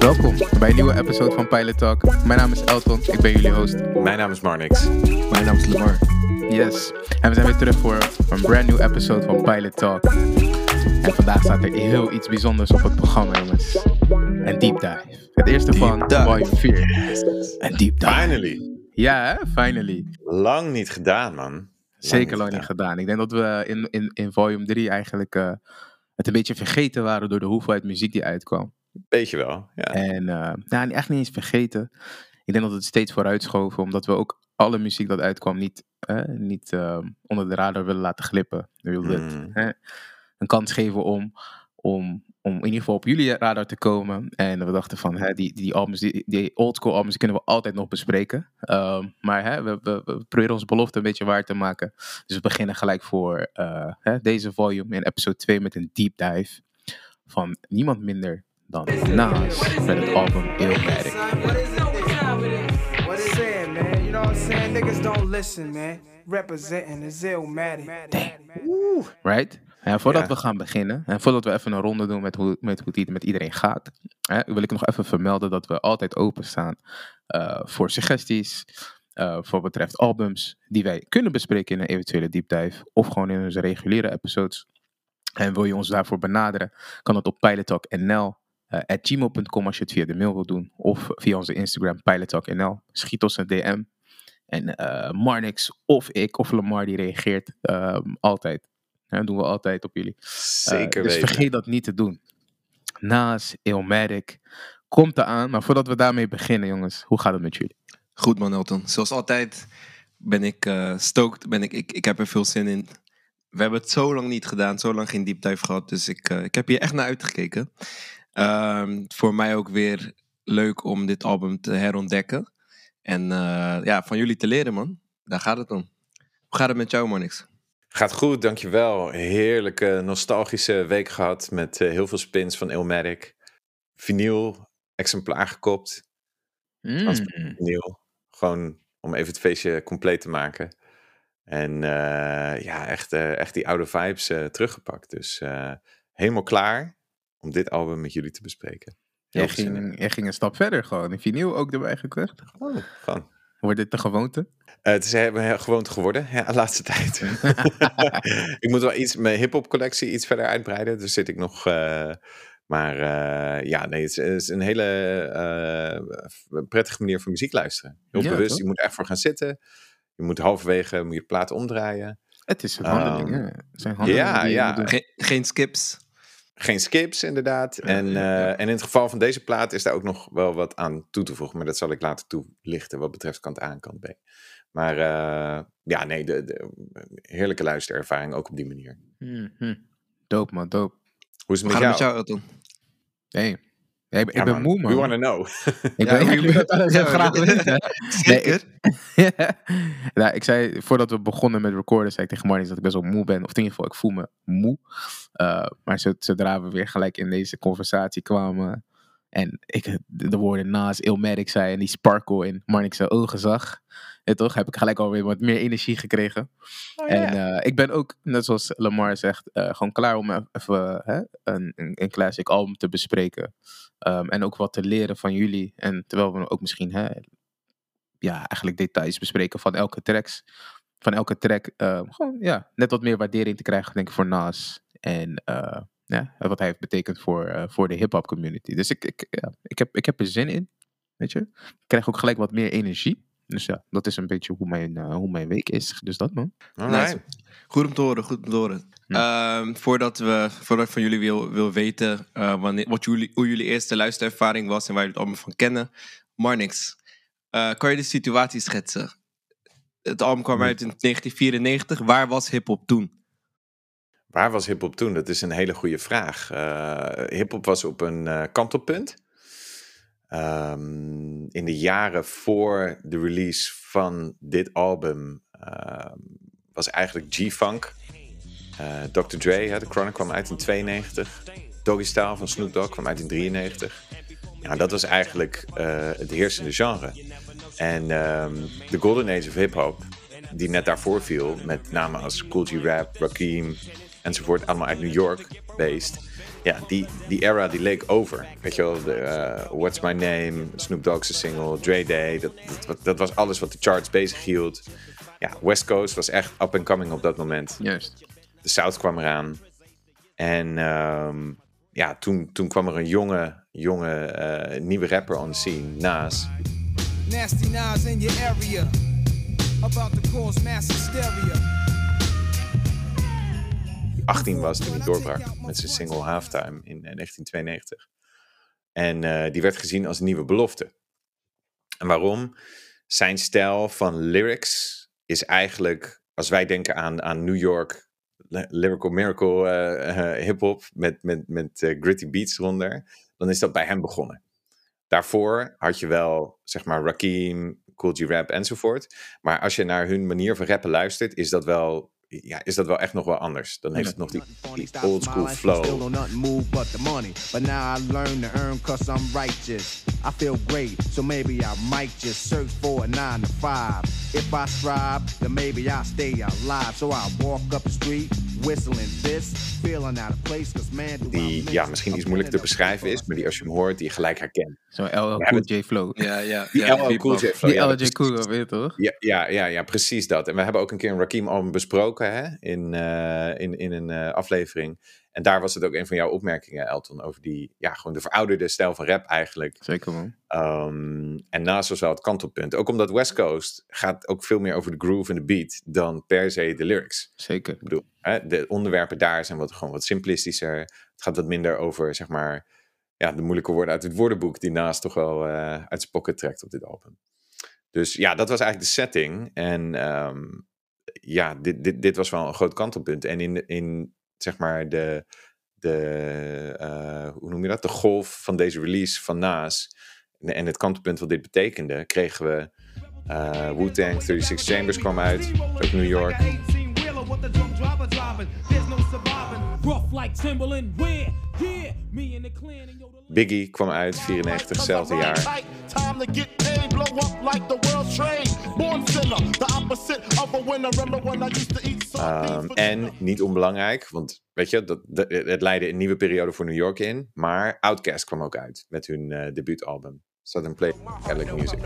Welkom bij een nieuwe episode van Pilot Talk. Mijn naam is Elton, ik ben jullie host. Mijn naam is Marnix. Mijn naam is Lamar. Yes, en we zijn weer terug voor een brand new episode van Pilot Talk. En vandaag staat er heel iets bijzonders op het programma, jongens. Een deep dive. Het eerste van volume 4. Een deep dive. Finally. Ja, hè? Finally. Lang niet gedaan, man. Zeker lang niet gedaan. Ik denk dat we in volume 3 eigenlijk het een beetje vergeten waren door de hoeveelheid muziek die uitkwam. Beetje wel, ja. En echt niet eens vergeten. Ik denk dat het steeds vooruitschoven, omdat we ook alle muziek dat uitkwam niet onder de radar willen laten glippen. We wilden het een kans geven om in ieder geval op jullie radar te komen. En we dachten van, die albums, die oldschool albums, die kunnen we altijd nog bespreken. Maar we proberen onze belofte een beetje waar te maken. Dus we beginnen gelijk voor deze volume in episode 2 met een deep dive van niemand minder dan Nas met het album Illmatic. What is it, man? You know what I'm saying? Niggas don't listen, man. Representing is Illmatic. Right? En voordat we gaan beginnen, en voordat we even een ronde doen met hoe het met iedereen gaat, wil ik nog even vermelden dat we altijd openstaan voor suggesties, voor wat betreft albums die wij kunnen bespreken in een eventuele deep dive, of gewoon in onze reguliere episodes. En wil je ons daarvoor benaderen, kan dat op pilottalknl@gmail.com als je het via de mail wilt doen, of via onze Instagram pilottalknl. Schiet ons een DM. En Marnix of ik of Lamar die reageert altijd. Dat doen we altijd op jullie. Zeker dus weten. vergeet dat niet te doen. Nas, Illmatic, komt eraan. Maar voordat we daarmee beginnen, jongens, hoe gaat het met jullie? Goed man, Elton. Zoals altijd ben ik stoked. Ik heb er veel zin in. We hebben het zo lang niet gedaan, zo lang geen deep dive gehad. Dus ik heb hier echt naar uitgekeken. Voor mij ook weer leuk om dit album te herontdekken. En van jullie te leren, man. Daar gaat het om. Hoe gaat het met jou, Marnix? Gaat goed, dankjewel. Heerlijke, nostalgische week gehad met heel veel spins van Illmatic. Vinyl, exemplaar gekopt. Vinyl. Gewoon om even het feestje compleet te maken. En echt die oude vibes teruggepakt. Dus helemaal klaar om dit album met jullie te bespreken. Jij ging een stap verder gewoon. Een vinyl ook erbij gekocht. Gewoon. Wordt dit de gewoonte? Het is een gewoonte geworden, de laatste tijd. Ik moet wel mijn hip-hop collectie iets verder uitbreiden. Dus zit ik nog. Het is een hele prettige manier voor muziek luisteren. Heel bewust, toch? Je moet echt voor gaan zitten. Je moet halverwege de plaat omdraaien. Het is een handeling, hè? Het zijn handelingen Geen skips. Geen skips, inderdaad. En in het geval van deze plaat is daar ook nog wel wat aan toe te voegen. Maar dat zal ik later toelichten wat betreft kant A en kant B. Maar de heerlijke luisterervaring ook op die manier. Dope, man, dope. Hoe is het met jou? Elton? Hey. Ik ben moe, man. We wanna know. Jullie willen graag weten. Zeker. Ik zei, voordat we begonnen met recorden, zei ik tegen Marnix dat ik best wel moe ben. Of in ieder geval, ik voel me moe. Maar zodra we weer gelijk in deze conversatie kwamen en ik de woorden Nas, Illmatic zei en die sparkle in Marnix ogen zag, toch, heb ik gelijk alweer wat meer energie gekregen. En ik ben ook, net zoals Lamar zegt, gewoon klaar om even een classic album te bespreken. En ook wat te leren van jullie. En terwijl we ook misschien eigenlijk details bespreken van elke track. Gewoon net wat meer waardering te krijgen, denk ik, voor Nas. En wat hij heeft betekend voor de hip-hop community. Dus ik heb er zin in. Weet je? Ik krijg ook gelijk wat meer energie. Dus ja, dat is een beetje hoe mijn week is. Dus dat, man. Nice. Goed om te horen. Voordat ik van jullie wil weten hoe jullie eerste luisterervaring was en waar jullie het allemaal van kennen. Marnix, kan je de situatie schetsen? Het album kwam uit in 1994. Waar was hiphop toen? Waar was hiphop toen? Dat is een hele goede vraag. Hiphop was op een kantelpunt. In de jaren voor de release van dit album was eigenlijk G-Funk. Dr. Dre, The Chronic, kwam uit in 92. Doggy Style van Snoop Dogg kwam uit in 93. Ja, dat was eigenlijk het heersende genre. En de golden age of hip-hop die net daarvoor viel, met namen als Kool G Rap, Rakim enzovoort, allemaal uit New York based. Ja, die era die leek over. Weet je wel, What's My Name, Snoop Dogg's single, Dre Day, dat was alles wat de charts bezig hield. Ja, West Coast was echt up and coming op dat moment. Juist. De South kwam eraan. En toen kwam er een jonge nieuwe rapper on the scene, Nas. Nasty Nas in your area. About to cause mass hysteria. 18 was toen hij doorbrak met zijn single Halftime in 1992. En die werd gezien als een nieuwe belofte. En waarom? Zijn stijl van lyrics is eigenlijk, als wij denken aan New York Lyrical Miracle hip-hop met gritty beats eronder, dan is dat bij hem begonnen. Daarvoor had je wel, zeg maar, Rakim, Kool G Rap enzovoort. Maar als je naar hun manier van rappen luistert, is dat wel echt nog wel anders. Dan heeft het nog die old school flow. But now I learn to earn 'cause I'm righteous. I feel great, so maybe I might just search for a 9 to 5. If I strive, then maybe I'll stay alive. So I walk up the street, whistling this, feeling out of place 'cause man. Die misschien iets moeilijk te beschrijven is, maar die als je hem hoort, die je gelijk herkent. Zo'n LL Cool J flow. Die LL Cool J flow. Die LL J Cool, weet je toch? Ja, precies dat. En we hebben ook een keer een Rakim album besproken, hè, in een aflevering. En daar was het ook een van jouw opmerkingen, Elton, over gewoon de verouderde stijl van rap eigenlijk. Zeker, man. En naast was wel het kantelpunt. Ook omdat West Coast gaat ook veel meer over de groove en de beat dan per se de lyrics. Zeker. Ik bedoel, de onderwerpen daar zijn gewoon wat simplistischer. Het gaat wat minder over, zeg maar, de moeilijke woorden uit het woordenboek die Nas toch wel uit zijn pocket trekt op dit album. Dus ja, dat was eigenlijk de setting. En dit was wel een groot kantelpunt. En in zeg maar hoe noem je dat? De golf van deze release van Nas en het kantelpunt wat dit betekende, kregen we Wu-Tang, 36 Chambers kwam uit, ook New York. Biggie kwam uit, 94, hetzelfde jaar. En niet onbelangrijk, want weet je, het leidde een nieuwe periode voor New York in, maar Outkast kwam ook uit met hun debuutalbum. Southern Psychedelic Music.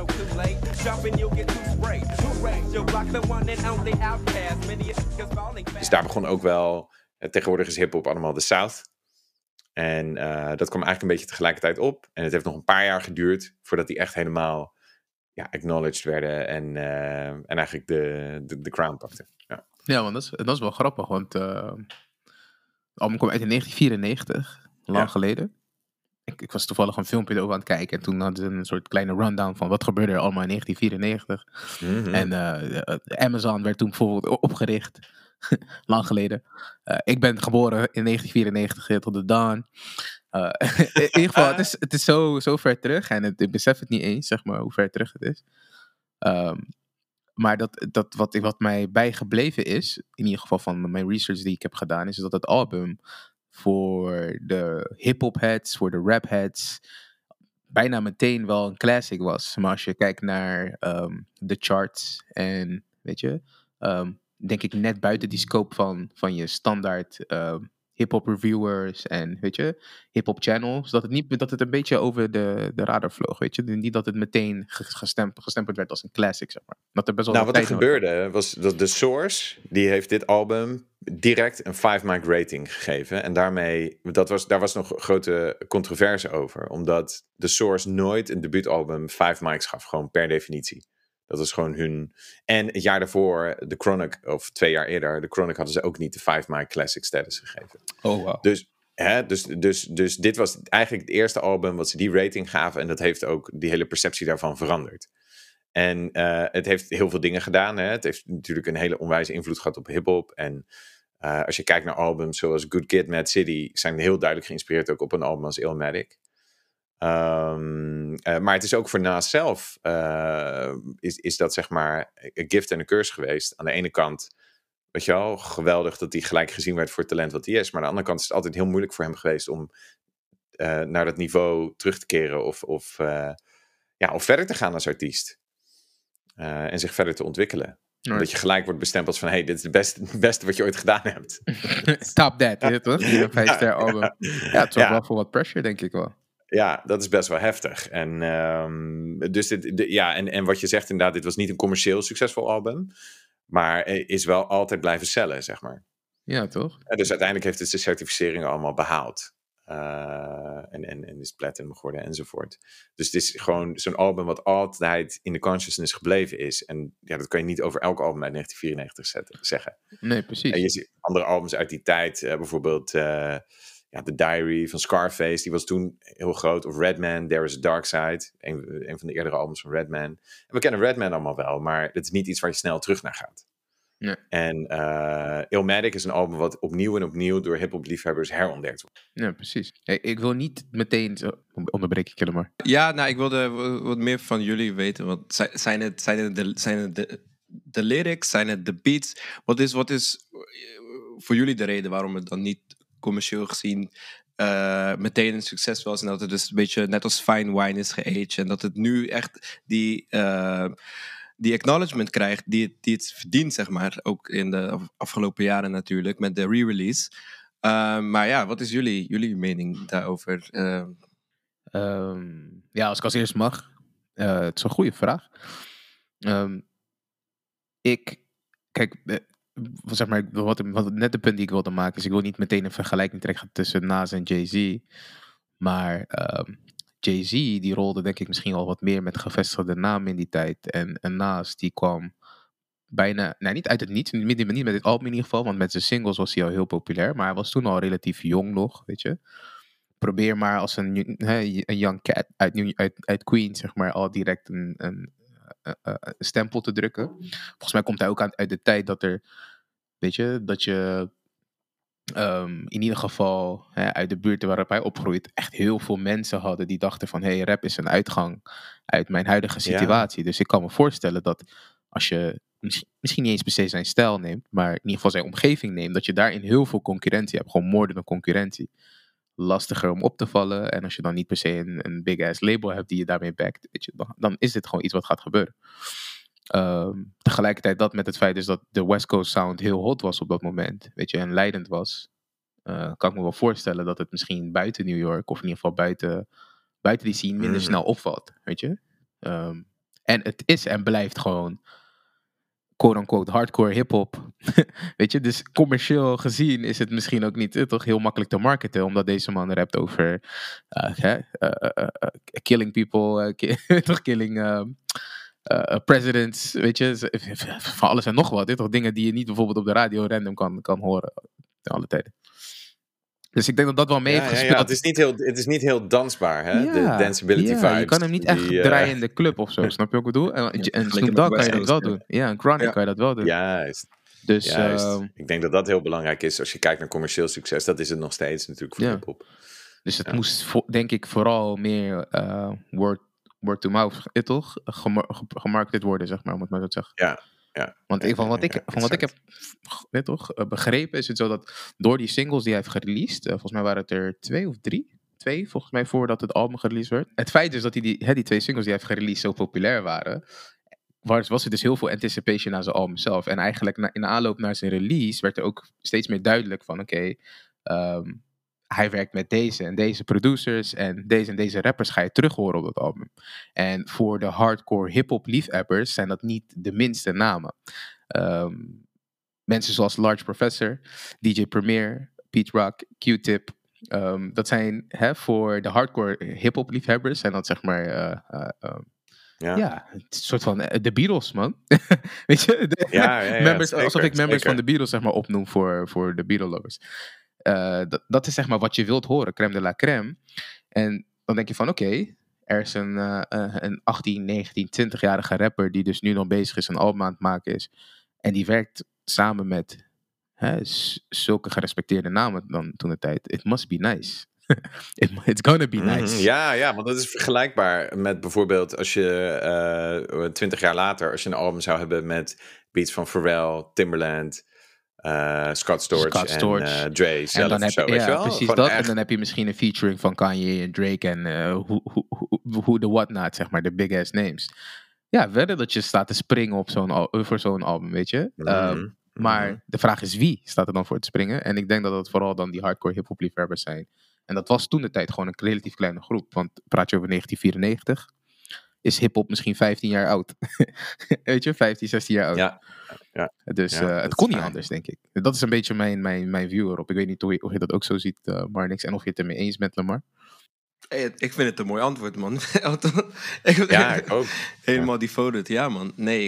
Dus daar begon ook wel, tegenwoordig is hiphop allemaal de South. En dat kwam eigenlijk een beetje tegelijkertijd op. En het heeft nog een paar jaar geduurd voordat die echt helemaal acknowledged werden en eigenlijk de crown pakten. Ja, want dat is wel grappig, want het album kwam uit in 1994, lang geleden. Ik was toevallig een filmpje erover aan het kijken en toen hadden ze een soort kleine rundown van wat gebeurde er allemaal in 1994. Mm-hmm. En Amazon werd toen bijvoorbeeld opgericht, lang geleden. Ik ben geboren in 1994 tot de dawn. In ieder geval, het is zo ver terug en ik besef het niet eens, zeg maar, hoe ver terug het is. Maar wat mij bijgebleven is, in ieder geval van mijn research die ik heb gedaan, is dat het album voor de hip-hop heads, voor de rap heads, bijna meteen wel een classic was. Maar als je kijkt naar de charts en weet je, denk ik net buiten die scope van je standaard hip-hop reviewers en weet je, hip-hop channels, dat het een beetje over de radar vloog, weet je. Niet dat het meteen gestempeld werd als een classic, zeg maar. Dat er best wel wat er gebeurde was dat The Source, die heeft dit album direct een 5-mic rating gegeven. En daarmee, daar was nog grote controverse over, omdat The Source nooit een debuutalbum 5 mics gaf, gewoon per definitie. Dat was gewoon hun. En het jaar daarvoor, de Chronic, of 2 jaar eerder, de Chronic hadden ze ook niet de 5-mic classic status gegeven. Oh, wow. Dus dit was eigenlijk het eerste album wat ze die rating gaven. En dat heeft ook die hele perceptie daarvan veranderd. En het heeft heel veel dingen gedaan. Hè. Het heeft natuurlijk een hele onwijze invloed gehad op hip-hop. En als je kijkt naar albums zoals Good Kid, Mad City, zijn heel duidelijk geïnspireerd ook op een album als Illmatic. Maar het is ook voor Nas zelf is dat zeg maar een gift en een curse geweest. Aan de ene kant, weet je wel, geweldig dat hij gelijk gezien werd voor het talent wat hij is. Maar aan de andere kant is het altijd heel moeilijk voor hem geweest om naar dat niveau terug te keren of verder te gaan als artiest. En zich verder te ontwikkelen. Omdat je gelijk wordt bestempeld van, hey, dit is het beste wat je ooit gedaan hebt. Top that, toch? Een 5-ster album. Ja, het zorgt wel voor wat pressure, denk ik wel. Ja, dat is best wel heftig. En, dus en wat je zegt inderdaad, dit was niet een commercieel succesvol album. Maar is wel altijd blijven cellen, zeg maar. Ja, toch? Dus uiteindelijk heeft het de certificeringen allemaal behaald. En is platinum geworden enzovoort. Dus het is gewoon zo'n album wat altijd in de consciousness gebleven is. En ja, dat kan je niet over elk album uit 1994 zeggen. Nee, precies. En je ziet andere albums uit die tijd, bijvoorbeeld The Diary van Scarface, die was toen heel groot. Of Redman, There is a Dark Side, een van de eerdere albums van Redman. En we kennen Redman allemaal wel, maar het is niet iets waar je snel terug naar gaat. Nee. En Illmatic is een album wat opnieuw en opnieuw door hip-hop liefhebbers herontdekt wordt. Ja, precies. Hey, ik wil niet meteen... Onderbreek ik helemaal. Ja, nou, ik wilde wat meer van jullie weten. Want zijn het de lyrics? Zijn het de beats? Wat is voor jullie de reden waarom het dan niet commercieel gezien meteen een succes was? En dat het dus een beetje net als fine wine is geaged. En dat het nu echt die acknowledgement krijgt die het verdient, zeg maar. Ook in de afgelopen jaren natuurlijk, met de re-release. Maar ja, wat is jullie mening daarover? Ja, als ik als eerst mag. Het is een goede vraag. Kijk, zeg maar, wat net de punt die ik wilde maken is, ik wil niet meteen een vergelijking trekken tussen Nas en Jay-Z. Maar Jay-Z die rolde denk ik misschien al wat meer met gevestigde namen in die tijd. En Nas die kwam bijna, niet uit het niets, niet met dit album in ieder geval, want met zijn singles was hij al heel populair. Maar hij was toen al relatief jong nog, weet je. Probeer maar als een young cat uit Queens, zeg maar, al direct een stempel te drukken. Volgens mij komt hij ook uit de tijd dat er, weet je, dat je in ieder geval uit de buurt waarop hij opgroeit echt heel veel mensen hadden die dachten van, hey, rap is een uitgang uit mijn huidige situatie. Ja. Dus ik kan me voorstellen dat als je misschien niet eens per se zijn stijl neemt, maar in ieder geval zijn omgeving neemt, dat je daarin heel veel concurrentie hebt. Gewoon moordende concurrentie. Lastiger om op te vallen. En als je dan niet per se een big-ass label hebt die je daarmee backt, weet je, dan is dit gewoon iets wat gaat gebeuren. Tegelijkertijd dat met het feit is dat de West Coast sound heel hot was op dat moment, weet je, en leidend was, kan ik me wel voorstellen dat het misschien buiten New York, of in ieder geval buiten die scene, minder snel opvalt, weet je. En het is en blijft gewoon quote-unquote hardcore hip-hop. Weet je, dus commercieel gezien is het misschien ook niet toch heel makkelijk te marketen, omdat deze man rapt over killing people, killing presidents, weet je, van alles en nog wat. Toch dingen die je niet bijvoorbeeld op de radio random kan horen alle tijden. Dus ik denk dat dat wel mee heeft gespeeld. Ja, het is niet heel dansbaar, hè? Ja, de danceability vibes. Je kan hem niet echt draaien in de club of zo, snap je wat ik bedoel? En Snoop Dogg kan je dat wel doen. Ja, en Chronic kan je dat wel doen. Juist. Dus, ik denk dat dat heel belangrijk is als je kijkt naar commercieel succes. Dat is het nog steeds natuurlijk voor hip-hop. Dus het moest, denk ik, vooral meer word to mouth, toch? Gemarketed worden, zeg maar, om het maar zo te zeggen. Ja. Want van wat ik heb begrepen is het zo dat door die singles die hij heeft gereleased, volgens mij waren het er 2 of 3, volgens mij voordat het album gereleased werd. Het feit is dat die 2 singles die hij heeft gereleased zo populair waren, was er dus heel veel anticipation naar zijn album zelf. En eigenlijk in de aanloop naar zijn release werd er ook steeds meer duidelijk van oké, hij werkt met deze en deze producers en deze rappers ga je terug horen op dat album. En voor de hardcore hip-hop liefhebbers zijn dat niet de minste namen. Mensen zoals Large Professor, DJ Premier, Pete Rock, Q-Tip. Dat zijn voor de hardcore hip-hop liefhebbers zijn dat zeg maar het is een soort van de Beatles, man. Weet je? Members, zeker, alsof ik members van de Beatles zeg maar opnoem voor de Beatles lovers. Dat is zeg maar wat je wilt horen, crème de la crème. En dan denk je van oké, er is een 18, 19, 20-jarige rapper die dus nu nog bezig is, een album aan het maken is. En die werkt samen met zulke gerespecteerde namen dan toen de tijd. It must be nice. It's gonna be nice. Ja, want dat is vergelijkbaar met bijvoorbeeld als je 20 jaar later, als je een album zou hebben met beats van Pharrell, Timbaland, Scott Storch en Dre zelf en dan of zo, weet je wel? Precies dat. Echt. En dan heb je misschien een featuring van Kanye en Drake en hoe de whatnot, zeg maar, de big ass names. Ja, wedden dat je staat te springen op voor zo'n album, weet je. Maar de vraag is wie staat er dan voor te springen? En ik denk dat het vooral dan die hardcore hip-hop liefhebbers zijn. En dat was toen de tijd gewoon een relatief kleine groep. Want praat je over 1994, is hip-hop misschien 15 jaar oud. Weet je, 15, 16 jaar oud. Ja. Dus Ja, het dat kon is niet waar. anders, denk ik. Dat is een beetje mijn view erop. Ik weet niet of je dat ook zo ziet, Marnix. En of je het ermee eens bent, Lamar. Hey, ik vind het een mooi antwoord, man. Ja, ik ook. Helemaal devoted, ja, man. Nee,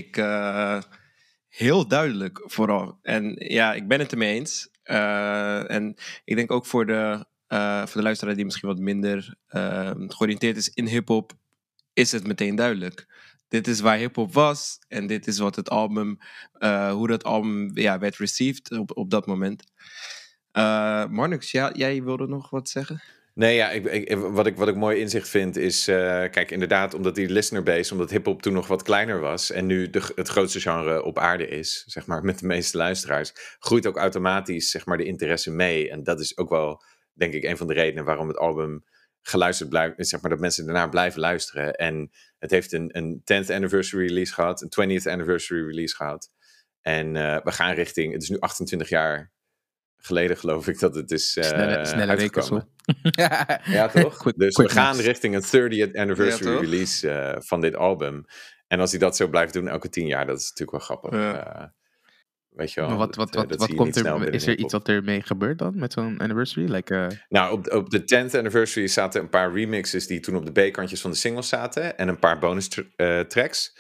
heel duidelijk vooral. En ja, ik ben het ermee eens. En ik denk ook voor de luisteraar die misschien wat minder georiënteerd is in hip-hop, is het meteen duidelijk. Dit is waar hip-hop was en dit is wat het album, hoe dat album werd received op dat moment. Marnix, jij wilde nog wat zeggen? Nee, ja, wat ik mooi inzicht vind is... kijk, inderdaad, omdat die listenerbase... omdat hiphop toen nog wat kleiner was... en nu het grootste genre op aarde is... zeg maar, met de meeste luisteraars... groeit ook automatisch, zeg maar, de interesse mee. En dat is ook wel, denk ik, een van de redenen... waarom het album geluisterd blijft... zeg maar, dat mensen daarna blijven luisteren. En het heeft een 10th anniversary release gehad... een 20th anniversary release gehad. En we gaan richting... het is nu 28 jaar... geleden geloof ik dat het is snelle uitgekomen. Ja, toch? Dus we gaan richting een 30th anniversary release van dit album. En als hij dat zo blijft doen elke 10 jaar, dat is natuurlijk wel grappig. Weet je wel. Maar wat komt er? Is er iets wat ermee gebeurt dan met zo'n anniversary? Nou, op de 10th anniversary zaten een paar remixes die toen op de B-kantjes van de singles zaten. En een paar bonus tracks.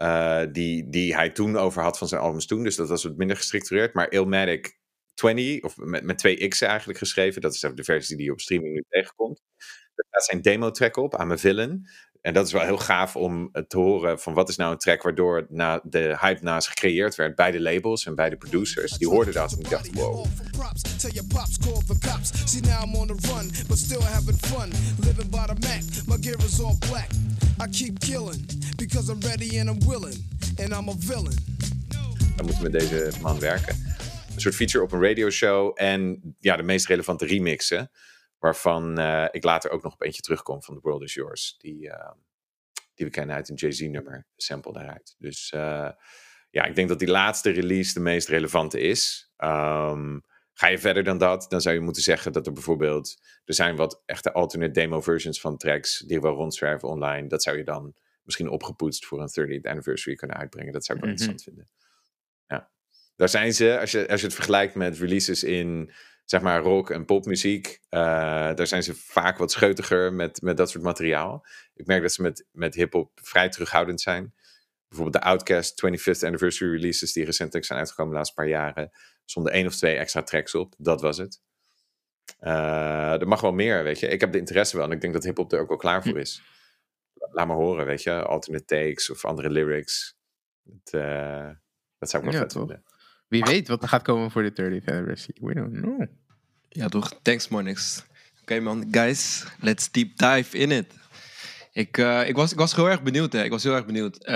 Die hij toen over had van zijn albums toen. Dus dat was wat minder gestructureerd. Maar Illmatic 20, of met 2 x'en eigenlijk geschreven. Dat is de versie die je op streaming nu tegenkomt. Daar staat zijn demo-track op, I'm a Villain. En dat is wel heel gaaf om te horen van wat is nou een track waardoor de hype naast gecreëerd werd bij de labels en bij de producers. Die hoorden dat en ik dacht, wow. Tell your pops, call the cops. See now I'm on the run, but still having fun. Living by the Mac, my gear is all black. I keep killing, because I'm ready and I'm willing. And I'm a villain. Dan moeten we met deze man werken. Een soort feature op een radioshow en ja, de meest relevante remixen. Waarvan ik later ook nog op eentje terugkom van The World Is Yours. Die we kennen uit een Jay-Z-nummer. Sample daaruit. Dus ja, ik denk dat die laatste release de meest relevante is. Ga je verder dan dat, dan zou je moeten zeggen dat er bijvoorbeeld... Er zijn wat echte alternate demo versions van tracks die wel rondzwerven online. Dat zou je dan misschien opgepoetst voor een 30th anniversary kunnen uitbrengen. Dat zou ik wel interessant vinden. Ja. Daar zijn ze, als je het vergelijkt met releases in... zeg maar rock- en popmuziek. Daar zijn ze vaak wat scheutiger met dat soort materiaal. Ik merk dat ze met hiphop vrij terughoudend zijn. Bijvoorbeeld de Outkast 25th anniversary releases die recentelijk zijn uitgekomen de laatste paar jaren. Stonden 1 of 2 extra tracks op. Dat was het. Er mag wel meer, weet je. Ik heb de interesse wel en ik denk dat hiphop er ook wel klaar voor is. Laat maar horen, weet je. Alternate takes of andere lyrics. Dat zou ik wel vet vinden. Wie weet wat er gaat komen voor de 30th anniversary. We don't know. Ja, toch. Thanks, Monix. Oké, man. Guys, let's deep dive in it. Ik was heel erg benieuwd, hè. Ik was heel erg benieuwd.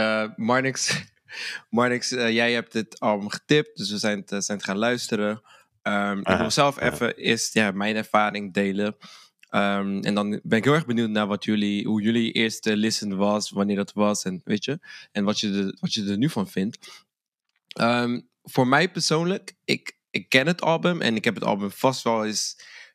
Marnix, jij hebt dit album getipt, dus we zijn te gaan luisteren. Ik wil zelf even eerst mijn ervaring delen. En dan ben ik heel erg benieuwd naar hoe jullie eerste listen was, wanneer dat was en weet je. En wat je er nu van vindt. Voor mij persoonlijk, ik ken het album en ik heb het album vast wel eens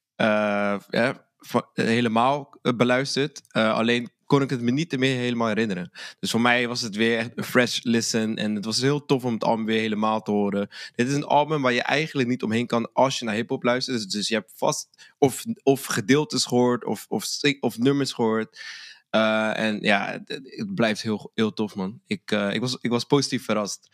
helemaal beluisterd. Alleen kon ik het me niet meer helemaal herinneren. Dus voor mij was het weer echt een fresh listen. En het was heel tof om het album weer helemaal te horen. Dit is een album waar je eigenlijk niet omheen kan als je naar hiphop luistert. Dus je hebt vast of gedeeltes gehoord of nummers gehoord. En ja, het blijft heel, heel tof, man. Ik was positief verrast.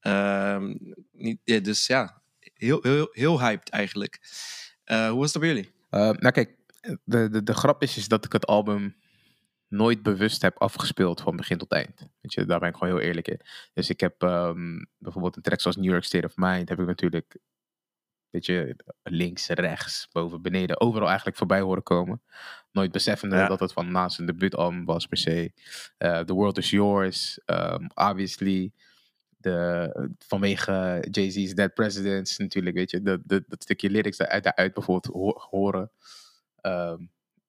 Dus ja, heel hyped eigenlijk. Hoe was het bij jullie? Nou kijk, de grap is dat ik het album nooit bewust heb afgespeeld van begin tot eind. Weet je, daar ben ik gewoon heel eerlijk in. Dus ik heb bijvoorbeeld een track zoals New York State of Mind heb ik natuurlijk, weet je, links, rechts, boven, beneden, overal eigenlijk voorbij horen komen. Nooit beseffende dat het van naast een debuutalbum was per se. The World Is Yours, obviously. Vanwege Jay-Z's Dead Presidents natuurlijk, weet je, dat stukje lyrics daaruit bijvoorbeeld horen.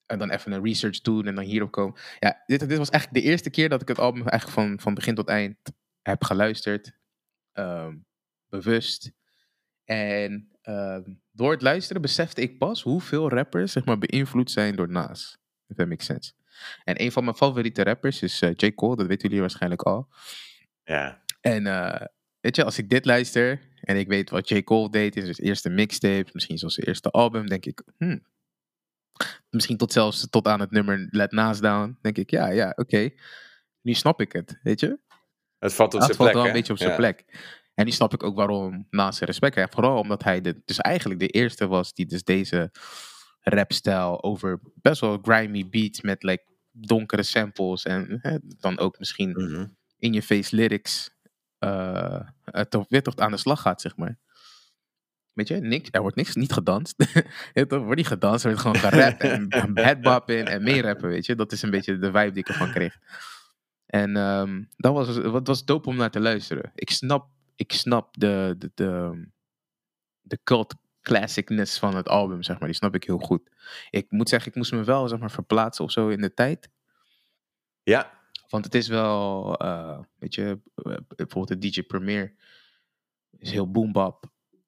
En dan even een research doen en dan hierop komen. Ja, dit was eigenlijk de eerste keer dat ik het album eigenlijk van begin tot eind heb geluisterd. Bewust. En door het luisteren besefte ik pas hoeveel rappers zeg maar beïnvloed zijn door Nas. If that makes sense. En een van mijn favoriete rappers is J. Cole. Dat weten jullie waarschijnlijk al. Ja. En weet je, als ik dit luister en ik weet wat J. Cole deed in zijn eerste mixtape, misschien zoals zijn eerste album, denk ik, misschien tot aan het nummer Let Nas Down, denk ik, ja, oké. Nu snap ik het, weet je. Het valt op Het zijn valt plek, wel hè? een beetje op zijn plek. En nu snap ik ook waarom Nas zijn respect krijgt. Vooral omdat hij dus eigenlijk de eerste was die dus deze rapstijl over best wel grimy beats met like donkere samples en dan ook misschien in je face lyrics weer toch aan de slag gaat, zeg maar. Weet je, er wordt niet gedanst. Er wordt niet gedanst, er wordt gewoon gerapt en headboppen en meerappen, weet je. Dat is een beetje de vibe die ik ervan kreeg. En dat was dope om naar te luisteren. Ik snap de cult classicness van het album, zeg maar. Die snap ik heel goed. Ik moet zeggen, ik moest me wel, zeg maar, verplaatsen of zo in de tijd. Ja. Want het is wel, weet je, bijvoorbeeld de DJ Premier is heel boom-bap.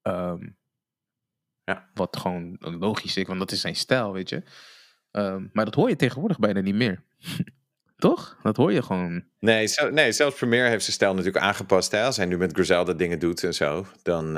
Wat gewoon logisch is, want dat is zijn stijl, weet je. Maar dat hoor je tegenwoordig bijna niet meer. Toch? Dat hoor je gewoon. Nee, zelfs Premier heeft zijn stijl natuurlijk aangepast. Hè? Als hij nu met Griselda dingen doet en zo, dan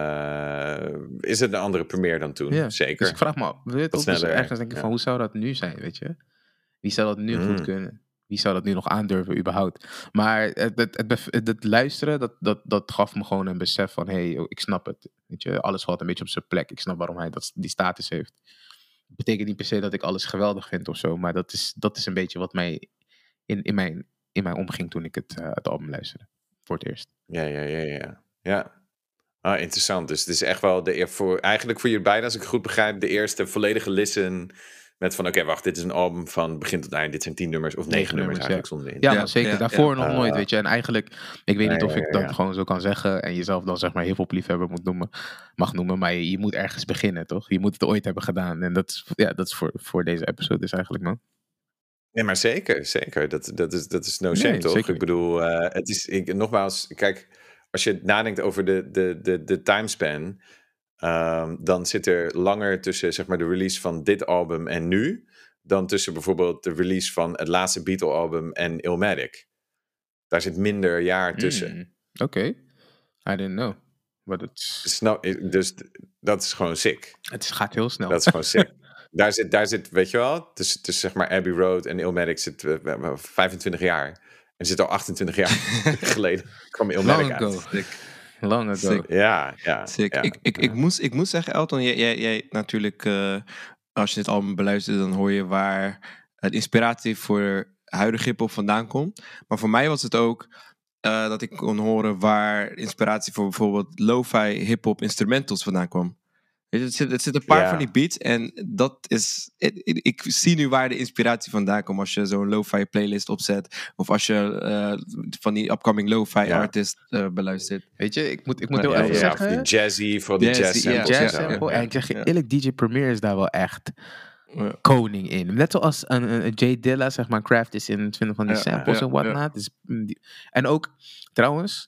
is het een andere Premier dan toen. Ja. Zeker. Dus ik vraag me af, ergens denk ik ja. van, hoe zou dat nu zijn, weet je? Wie zou dat nu goed kunnen? Wie zou dat nu nog aandurven, überhaupt? Maar het luisteren, dat gaf me gewoon een besef van, ik snap het. Weet je? Alles valt een beetje op zijn plek. Ik snap waarom hij die status heeft. Dat betekent niet per se dat ik alles geweldig vind of zo, maar dat is een beetje wat mij in mij omging toen ik het album luisterde. Voor het eerst. Ja. Ah, interessant. Dus het is echt wel eigenlijk voor jullie beiden, als ik het goed begrijp, de eerste volledige listen met van, oké, wacht, dit is een album van begin tot eind. Dit zijn 10 nummers of 9 nummers eigenlijk zonder in. Ja, maar zeker. Daarvoor nog nooit, weet je. En eigenlijk, ik weet niet of ik dat gewoon zo kan zeggen en jezelf dan zeg maar hip-hop liefhebber mag noemen, maar je moet ergens beginnen, toch? Je moet het ooit hebben gedaan. En dat is voor deze episode dus eigenlijk, man. Nee, maar zeker. Dat is no shame, toch? Zeker. Ik bedoel, het is, nogmaals, kijk, als je nadenkt over de timespan, dan zit er langer tussen, zeg maar, de release van dit album en nu, dan tussen bijvoorbeeld de release van het laatste Beatle-album en Illmatic. Daar zit minder jaar tussen. Oké. I didn't know. Dus dat is gewoon sick. Het gaat heel snel. Dat is gewoon sick. Daar zit, weet je wel, tussen zeg maar Abbey Road en Illmatic zit 25 jaar. En er zit al 28 jaar geleden kwam Illmatic uit. Long ago. Sick. Ja. Sick. Ja. Ik moet zeggen, Elton, jij natuurlijk, als je dit album beluistert, dan hoor je waar het inspiratie voor huidige hiphop vandaan komt. Maar voor mij was het ook dat ik kon horen waar inspiratie voor bijvoorbeeld lo-fi hiphop instrumentals vandaan kwam. Weet je, het zit een paar van die beats en dat is... Ik zie nu waar de inspiratie vandaan komt als je zo'n lo-fi playlist opzet. Of als je van die upcoming lo-fi artist beluistert. Weet je, ik moet heel even zeggen... Die jazzy, voor die jazz sample. En ik zeg je eerlijk, DJ Premier is daar wel echt koning in. Net zoals een J Dilla, zeg maar, craft is in het vinden van die samples en whatnot. Dus, en ook, trouwens...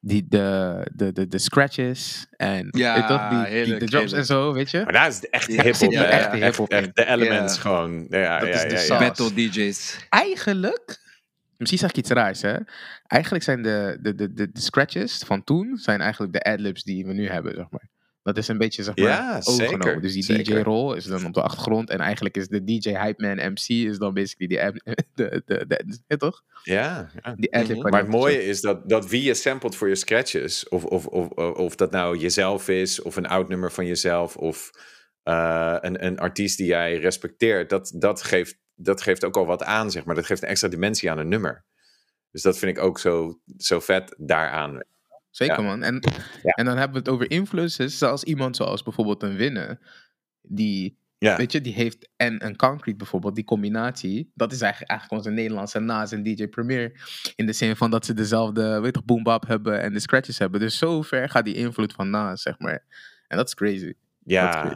De scratches en de drops en zo, weet je. Maar daar is het echt hip-hop. Echt de elements gewoon. Dat is de battle DJ's. Eigenlijk, misschien zeg ik iets raars, hè. Eigenlijk zijn de scratches van toen zijn eigenlijk de adlibs die we nu hebben, zeg maar. Dat is een beetje, zeg maar, overgenomen. Zeker, dus die DJ-rol is dan op de achtergrond. En eigenlijk is de DJ Hype Man MC is dan basically die toch? Ja. Die adlib. Maar het mooie is dat wie je sampled voor je scratches, of dat nou jezelf is, of een oud nummer van jezelf, of een artiest die jij respecteert, dat geeft ook al wat aan, zeg maar. Dat geeft een extra dimensie aan een nummer. Dus dat vind ik ook zo vet daaraan. Zeker, man. En dan hebben we het over influences. Zoals iemand zoals bijvoorbeeld een Winne. Die, weet je, die heeft een Concrete bijvoorbeeld. Die combinatie. Dat is eigenlijk onze Nederlandse Nas en DJ Premier. In de zin van dat ze dezelfde, weet je, boom bap hebben en de scratches hebben. Dus zo ver gaat die invloed van Nas, zeg maar. En dat is crazy. Ja. Dat is crazy.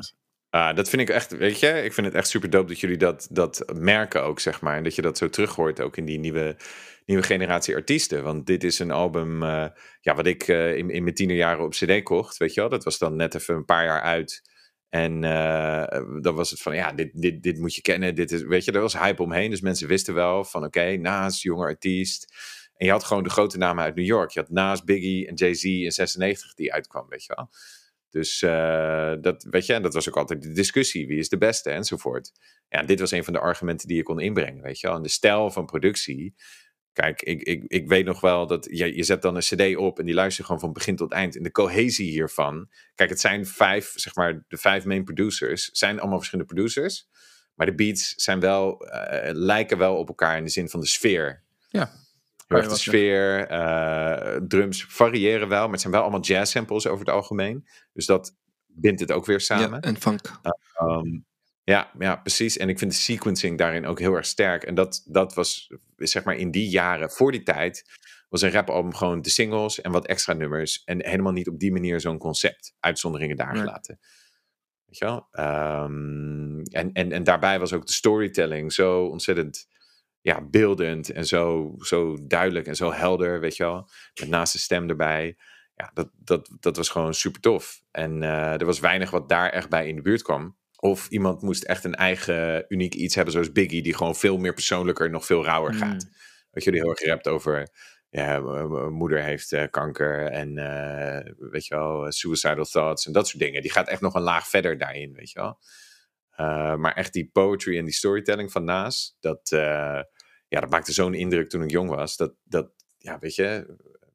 Dat vind ik echt, weet je, ik vind het echt super dope dat jullie dat merken ook, zeg maar. En dat je dat zo terug hoort ook in die nieuwe generatie artiesten. Want dit is een album, wat ik in mijn tienerjaren op CD kocht, weet je wel. Dat was dan net even een paar jaar uit. En dan was het van, ja, dit moet je kennen. Dit is, weet je, er was hype omheen. Dus mensen wisten wel van, oké, Nas, jonge artiest. En je had gewoon de grote namen uit New York. Je had Nas, Biggie en Jay-Z in 96 die uitkwam, weet je wel. Dus dat, weet je, en dat was ook altijd de discussie. Wie is de beste enzovoort. Ja, dit was een van de argumenten die je kon inbrengen, weet je wel. En de stijl van productie. Kijk, ik weet nog wel dat je zet dan een cd op en die luister gewoon van begin tot eind. En de cohesie hiervan. Kijk, het zijn 5, zeg maar, de 5 main producers. Zijn allemaal verschillende producers. Maar de beats zijn wel, lijken wel op elkaar in de zin van de sfeer. Ja. Heel erg de sfeer, drums variëren wel, maar het zijn wel allemaal jazz samples over het algemeen. Dus dat bindt het ook weer samen. Ja, en funk. Ja, precies. En ik vind de sequencing daarin ook heel erg sterk. En dat was, zeg maar, in die jaren, voor die tijd, was een rapalbum gewoon de singles en wat extra nummers. En helemaal niet op die manier zo'n concept. Uitzonderingen daar gelaten. Weet je wel? En daarbij was ook de storytelling zo ontzettend beeldend en zo duidelijk en zo helder, weet je wel. Met naast de stem erbij. Ja, dat was gewoon super tof. En er was weinig wat daar echt bij in de buurt kwam. Of iemand moest echt een eigen uniek iets hebben, zoals Biggie, die gewoon veel meer persoonlijker, nog veel rauwer gaat. Weet je, die heel erg rapt over, mijn moeder heeft kanker en weet je wel, suicidal thoughts en dat soort dingen. Die gaat echt nog een laag verder daarin, weet je wel. Maar echt die poetry en die storytelling van Nas, dat maakte zo'n indruk toen ik jong was. Dat weet je,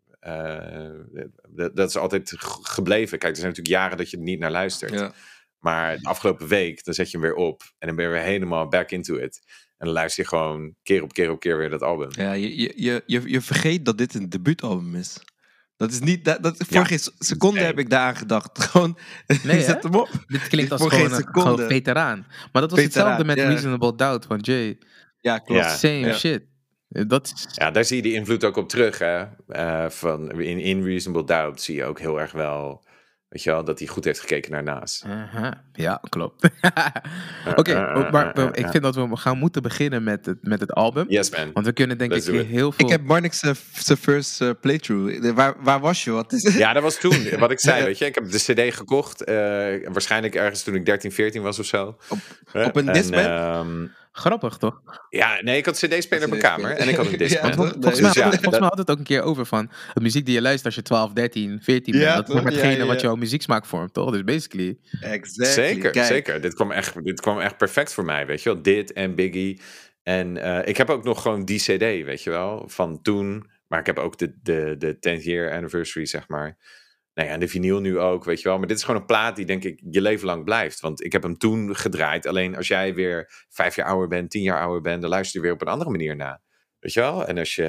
dat is altijd gebleven. Kijk, er zijn natuurlijk jaren dat je er niet naar luistert. Ja. Maar de afgelopen week, dan zet je hem weer op. En dan ben je weer helemaal back into it. En dan luister je gewoon keer op keer weer dat album. Ja, je vergeet dat dit een debuutalbum is. Dat is niet... Voor geen seconde heb ik daaraan gedacht. Gewoon, zet hem op. Dit klinkt als gewoon veteraan. Maar dat was hetzelfde met Reasonable Doubt van Jay. Ja, klopt. Same shit. Ja, daar zie je die invloed ook op terug. Hè? In Reasonable Doubt zie je ook heel erg wel... Weet je wel, dat hij goed heeft gekeken naar Nas. Ja, klopt. Oké, maar ik vind dat we gaan moeten beginnen met het album. Yes, man. Want we kunnen denk ik heel veel... Ik heb Marnix zijn first playthrough. Waar was je? Wat is het? Ja, dat was toen. Wat ik zei, weet je. Ik heb de cd gekocht. Waarschijnlijk ergens toen ik 13, 14 was of zo. Op een Discman? Grappig, toch? Ja, nee, ik had een cd-speler op mijn kamer. En ik had een Discman. Volgens mij had het ook een keer over van... de muziek die je luistert als je 12, 13, 14 bent. Dat is hetgene wat jouw muzieksmaak vormt, toch? Dus basically... Exactly. Zeker. Dit kwam echt perfect voor mij, weet je wel. Dit en Biggie. En ik heb ook nog gewoon die cd, weet je wel. Van toen. Maar ik heb ook de 10th year anniversary, zeg maar. Nou ja, en de vinyl nu ook, weet je wel. Maar dit is gewoon een plaat die, denk ik, je leven lang blijft. Want ik heb hem toen gedraaid. Alleen als jij weer 5 jaar ouder bent, 10 jaar ouder bent... dan luister je weer op een andere manier naar. Weet je wel? En als je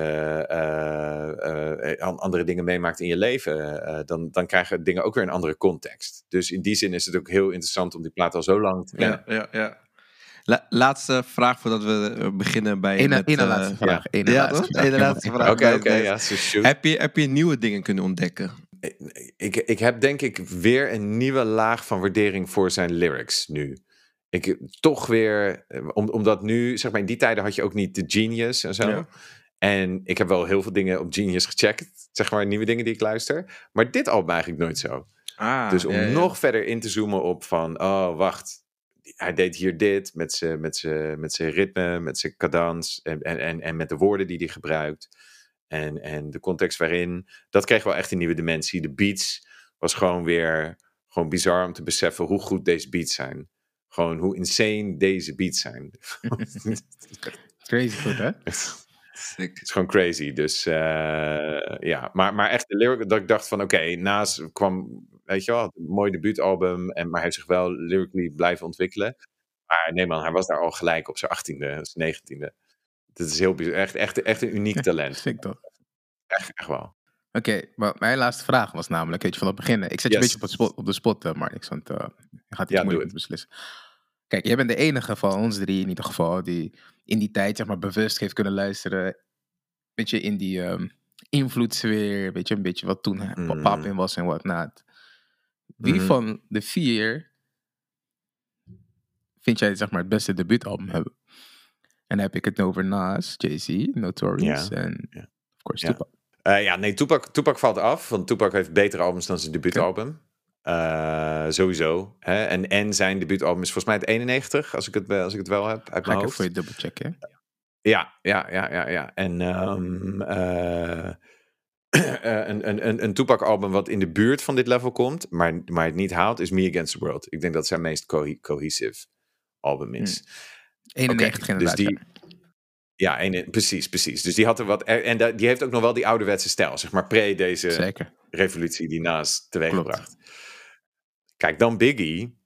andere dingen meemaakt in je leven... dan krijgen dingen ook weer een andere context. Dus in die zin is het ook heel interessant om die plaat al zo lang te kennen. Ja. Laatste vraag voordat we beginnen bij... Eén laatste vraag. Eén laatste vraag. Oké, ja, so shoot. Heb je nieuwe dingen kunnen ontdekken? Ik heb denk ik weer een nieuwe laag van waardering voor zijn lyrics nu. Toch weer, omdat nu, zeg maar, in die tijden had je ook niet de Genius en zo. Ja. En ik heb wel heel veel dingen op Genius gecheckt, zeg maar, nieuwe dingen die ik luister. Maar dit album eigenlijk nooit zo. Dus om nog verder in te zoomen op van, oh, wacht. Hij deed hier dit met zijn ritme, met zijn cadans en met de woorden die hij gebruikt. En de context waarin, dat kreeg wel echt een nieuwe dimensie. De beats was gewoon weer bizar om te beseffen hoe goed deze beats zijn. Gewoon hoe insane deze beats zijn. Crazy goed, hè? Het is gewoon crazy. Dus ja, maar echt de lyric dat ik dacht van oké, Nas kwam, weet je wel, een mooi debuutalbum, maar hij heeft zich wel lyrically blijven ontwikkelen. Maar nee man, hij was daar al gelijk op zijn 18e, zijn 19e. Dat is heel bizar. Echt een uniek talent. Vind ik toch? Echt wel. Oké, maar mijn laatste vraag was namelijk, weet je, van het beginnen. Ik zet je een beetje op de spot, Marnix, want je gaat iets moeilijk beslissen. Kijk, jij bent de enige van ons drie in ieder geval die in die tijd, zeg maar, bewust heeft kunnen luisteren. Weet je, in die invloedssfeer, weet je, een beetje wat toen pop in was en whatnot. Wie van de 4 vind jij zeg maar het beste debuutalbum hebben? En dan heb ik het over Nas, Jay-Z, Notorious en of course Tupac. Nee, Tupac valt af, want Tupac heeft betere albums dan zijn debuutalbum. Sowieso. Hè? En zijn debuutalbum is volgens mij het 91, als ik het wel heb uit mijn hoofd. Ga ik even voor je dubbelchecken. Ja. En een Tupac-album wat in de buurt van dit level komt, maar het niet haalt, is Me Against the World. Ik denk dat zijn meest cohesive album is. 91 inderdaad. Dus precies. Dus die had er wat... En die heeft ook nog wel die ouderwetse stijl, zeg maar, deze revolutie die Nas teweeggebracht. Kijk, dan Biggie.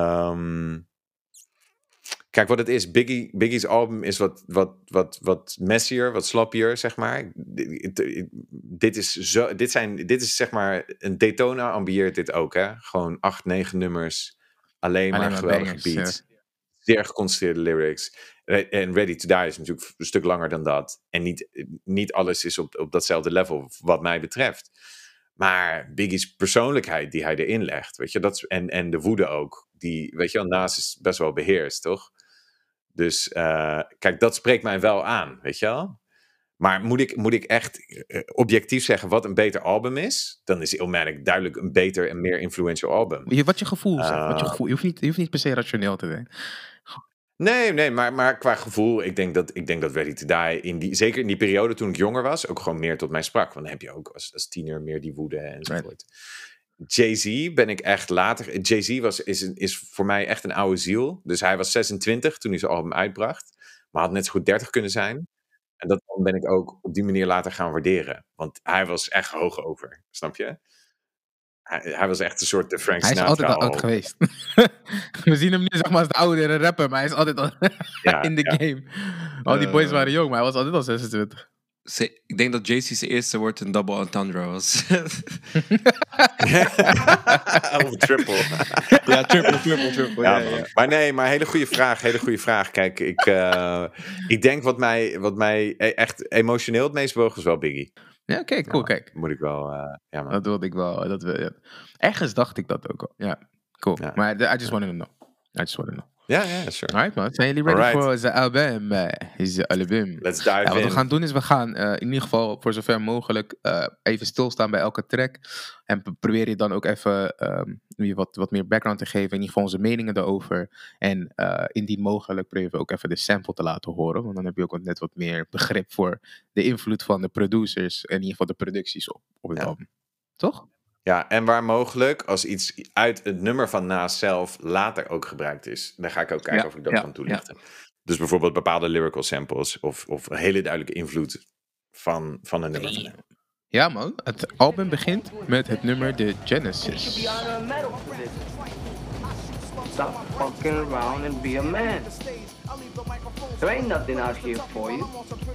Kijk, wat het is. Biggie's album is wat messier, wat slappier, zeg maar. Dit is zeg maar... Een Daytona ambieert dit ook, hè. Gewoon 8, 9 nummers. Alleen maar geweldige beats. Ja. Zeer geconcentreerde lyrics. En Ready to Die is natuurlijk een stuk langer dan dat. En niet alles is op datzelfde level, wat mij betreft. Maar Biggie's persoonlijkheid die hij erin legt, weet je, en de woede ook, die, weet je wel, Nas is best wel beheerst, toch? Dus kijk, dat spreekt mij wel aan, weet je wel? Maar moet ik echt objectief zeggen wat een beter album is? Dan is Illmatic duidelijk een beter en meer influential album. Wat je gevoel zegt. Je hoeft niet per se rationeel te zijn. Nee, maar qua gevoel, ik denk dat Ready to Die, zeker in die periode toen ik jonger was, ook gewoon meer tot mij sprak. Want dan heb je ook als tiener meer die woede enzovoort. Right. Jay-Z ben ik echt later... Jay-Z is voor mij echt een oude ziel. Dus hij was 26 toen hij zijn album uitbracht. Maar had net zo goed 30 kunnen zijn. En dat ben ik ook op die manier later gaan waarderen. Want hij was echt hoog over, snap je? Hij was echt een soort de Frank Sinatra. Hij is altijd al oud geweest. We zien hem nu zeg maar als de oudere rapper, maar hij is altijd al in de game. Al die boys waren jong, maar hij was altijd al 26. Ik denk dat JC's eerste woord een double entendre was. Of triple. Ja, triple. Ja. Maar hele goede vraag. Kijk, ik denk wat mij echt emotioneel het meest bewoog was wel Biggie. Ja, kijk, cool, kijk. Moet ik wel... man. Dat wilde ik wel. Ergens dacht ik dat ook al. Ja, cool. Ja. Maar I just want to know. Ja, sure. Alright, man. Zijn jullie ready voor zijn album? Let's dive in. Wat we gaan doen is, we gaan in ieder geval voor zover mogelijk even stilstaan bij elke track. En probeer je dan ook even wat meer background te geven. In ieder geval onze meningen daarover. En indien mogelijk proberen we ook even de sample te laten horen. Want dan heb je ook net wat meer begrip voor de invloed van de producers. En in ieder geval de producties op het album. Toch? Ja, en waar mogelijk, als iets uit het nummer van Nas zelf later ook gebruikt is, dan ga ik ook kijken of ik dat kan toelichten. Ja. Dus bijvoorbeeld bepaalde lyrical samples of een hele duidelijke invloed van een nummer. Ja man, het album begint met het nummer The Genesis. Stop fucking around and be a man. There ain't nothing out here for you.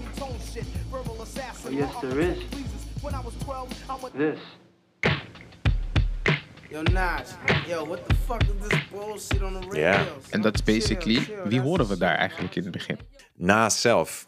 Oh, yes, there is. This. Yo, Nas, what the fuck is this bullshit on the radio? Ja. En dat is basically, wie horen we daar eigenlijk in het begin? Nas zelf.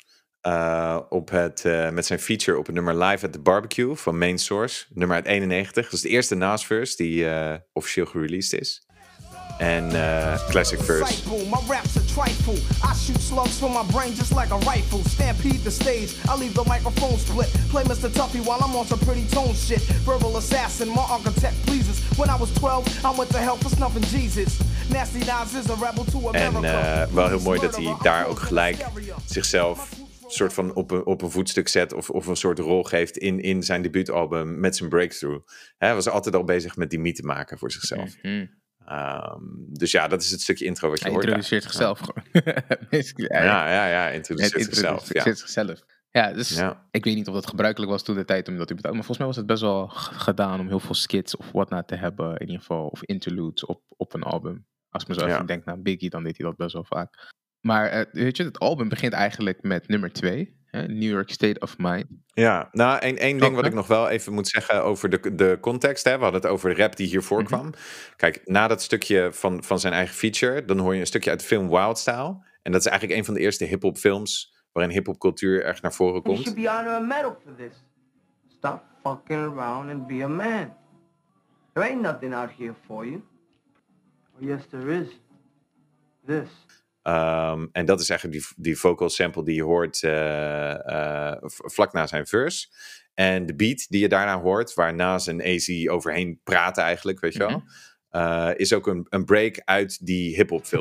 Met zijn feature op het nummer Live at the Barbecue van Main Source. Nummer uit 91. Dat is de eerste Nas verse die officieel gereleased is. En classic verse. My raps are trifle. I shoot slugs from my brain just like a rifle. Stampede the stage. I leave the microphone split. Play Mr. Tuffy while I'm on some pretty tone shit. Verbal assassin, my architect pleases. When I was 12, I went to hell for snuffing Jesus. Nasty Nas is a rebel to America. En wel heel mooi dat hij daar ook gelijk zichzelf soort van op een voetstuk zet of een soort rol geeft in zijn debuutalbum met zijn breakthrough. Hij was altijd al bezig met die mythe maken voor zichzelf. Mm-hmm. Dus ja, dat is het stukje intro wat je hoort. Hij introduceert zichzelf gewoon. Introduceert zichzelf. Ja, dus ik weet niet of dat gebruikelijk was toen de tijd, maar volgens mij was het best wel gedaan om heel veel skits of whatnot te hebben, in ieder geval, of interludes op een album. Als ik me zo even denk naar Biggie, dan deed hij dat best wel vaak. Maar weet je, het album begint eigenlijk met nummer 2. New York State of Mind. Ja, nou, één ding wat ik nog wel even moet zeggen over de context. Hè? We hadden het over de rap die hier voorkwam. Mm-hmm. Kijk, na dat stukje van zijn eigen feature, dan hoor je een stukje uit de film Wild Style. En dat is eigenlijk een van de eerste hip-hop films waarin hip-hop cultuur echt naar voren komt. You should be honored a medal for this. Stop fucking around and be a man. There ain't nothing out here for you. Oh, yes, there is. this. En dat is eigenlijk die vocal sample die je hoort vlak na zijn verse. En de beat die je daarna hoort, waar Nas en AZ overheen praten eigenlijk, weet je wel, is ook een break uit die hip-hop film.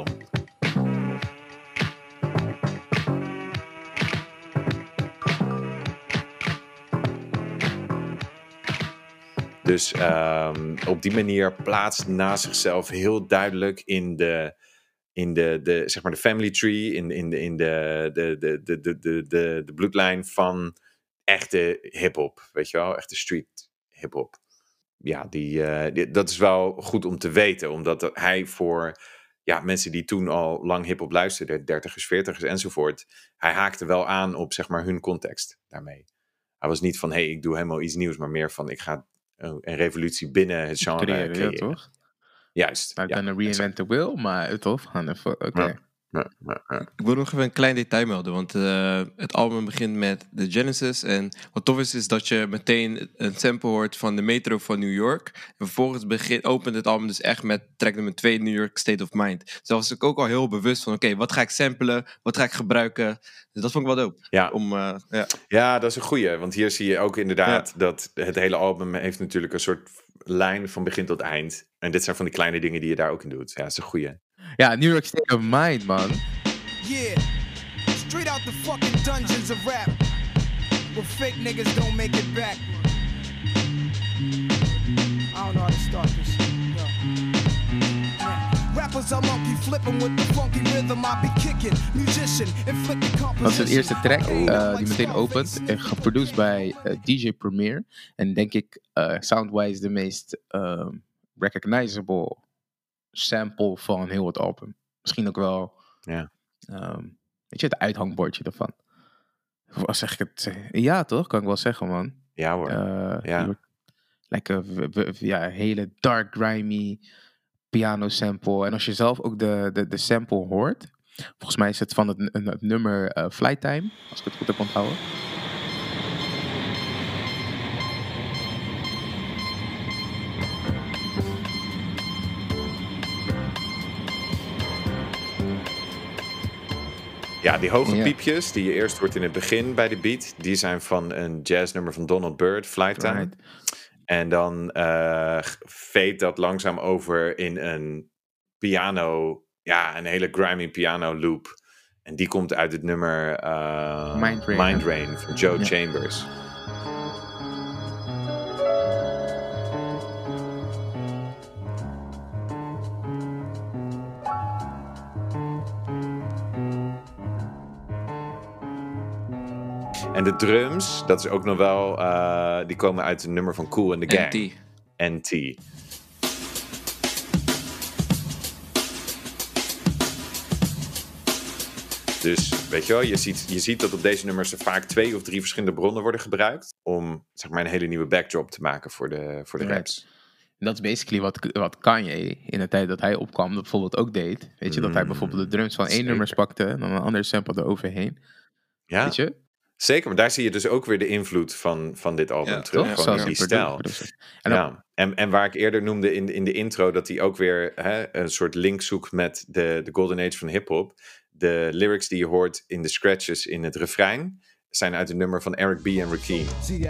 Dus op die manier plaatst Nas zichzelf heel duidelijk in de zeg maar de family tree, in de bloedlijn van echte hip-hop, weet je wel, echte street hip-hop. Ja, dat is wel goed om te weten, omdat hij voor mensen die toen al lang hip-hop luisterden, 30ers, 40ers enzovoort, hij haakte wel aan op zeg maar hun context daarmee. Hij was niet van, ik doe helemaal iets nieuws, maar meer van, ik ga een revolutie binnen het genre creëren. Ja, toch? Juist. Nou, dan reinvent the wheel, maar tof. Gaan even, oké. Ja. Ik wil nog even een klein detail melden, want het album begint met de Genesis. En wat tof is dat je meteen een sample hoort van de metro van New York. En vervolgens opent het album dus echt met track nummer 2, New York State of Mind. Dus daar was ik ook al heel bewust van, oké, wat ga ik samplen? Wat ga ik gebruiken? Dus dat vond ik wel dope. Ja, dat is een goeie, want hier zie je ook inderdaad dat het hele album heeft natuurlijk een soort lijn van begin tot eind. En dit zijn van die kleine dingen die je daar ook in doet. Ja, dat is een goeie. Ja, New York State of Mind, man. Yeah, straight out the fucking dungeons of rap, where fake niggas don't make it back. I don't know how to start this shit. Rappers are monkey flipping with the funky rhythm I be kicking. Musician, inflicting composition. Dat is de eerste track die meteen opent. Geproduceerd bij DJ Premier. En denk ik soundwise de meest recognizable sample van heel het album. Misschien ook wel weet je, het uithangbordje ervan. Of zeg ik het? Ja, toch? Kan ik wel zeggen, man. Ja hoor. Hele dark, grimy piano sample. En als je zelf ook de sample hoort, volgens mij is het van het nummer Flight Time, als ik het goed heb onthouden. Ja, die hoge piepjes die je eerst hoort in het begin bij de beat, die zijn van een jazznummer van Donald Byrd, Flight Time. Right. En dan fade dat langzaam over in een piano, een hele grimy piano loop. En die komt uit het nummer Mind Rain van Joe Chambers. En de drums, dat is ook nog wel, die komen uit het nummer van Kool and the Gang. NT. Dus, weet je wel, je ziet dat op deze nummers er vaak 2 of 3 verschillende bronnen worden gebruikt om, zeg maar, een hele nieuwe backdrop te maken voor de raps. En dat is basically wat Kanye in de tijd dat hij opkwam, dat bijvoorbeeld ook deed. Weet je, dat hij bijvoorbeeld de drums van één nummer pakte en dan een andere sample eroverheen. Ja. Weet je? Zeker, maar daar zie je dus ook weer de invloed van dit album terug. Gewoon in die stijl. En waar ik eerder noemde in de intro, dat hij ook weer een soort link zoekt met de Golden Age van hip-hop. De lyrics die je hoort in de scratches in het refrein zijn uit het nummer van Eric B. en Rakim.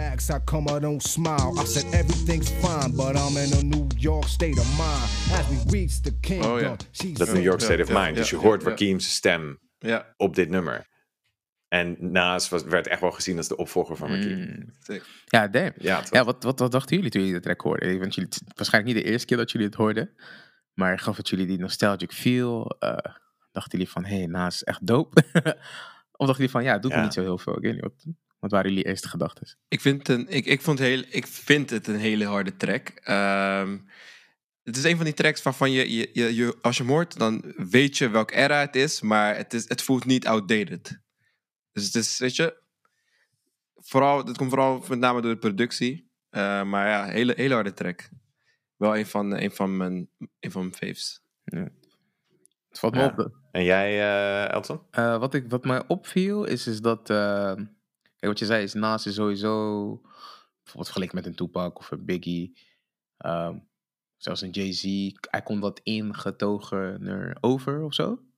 Dat New York State of Mind. Dus je hoort Rakim's stem op dit nummer. En Nas werd echt wel gezien als de opvolger van Rakim. Ja, damn. Ja, wat dachten jullie toen jullie de track hoorden? Want jullie, waarschijnlijk niet de eerste keer dat jullie het hoorden. Maar gaf het jullie die nostalgic feel? Dachten jullie van, Nas is echt dope? Of dachten jullie van, het doet me niet zo heel veel? Ik weet niet, wat waren jullie eerste gedachten? Ik vind het een hele harde track. Het is een van die tracks waarvan je als je hem hoort, dan weet je welk era het is. Maar het voelt niet outdated. Dus het is, weet je, het komt vooral met name door de productie. Maar ja, hele harde track. Wel een van mijn faves. Ja. Het valt me op. En jij, Elton? Wat mij opviel is dat, kijk, wat je zei is, Nas is sowieso, bijvoorbeeld vergeleken met een Tupac of een Biggie, zelfs een Jay-Z, hij komt wat ingetogener over of zo.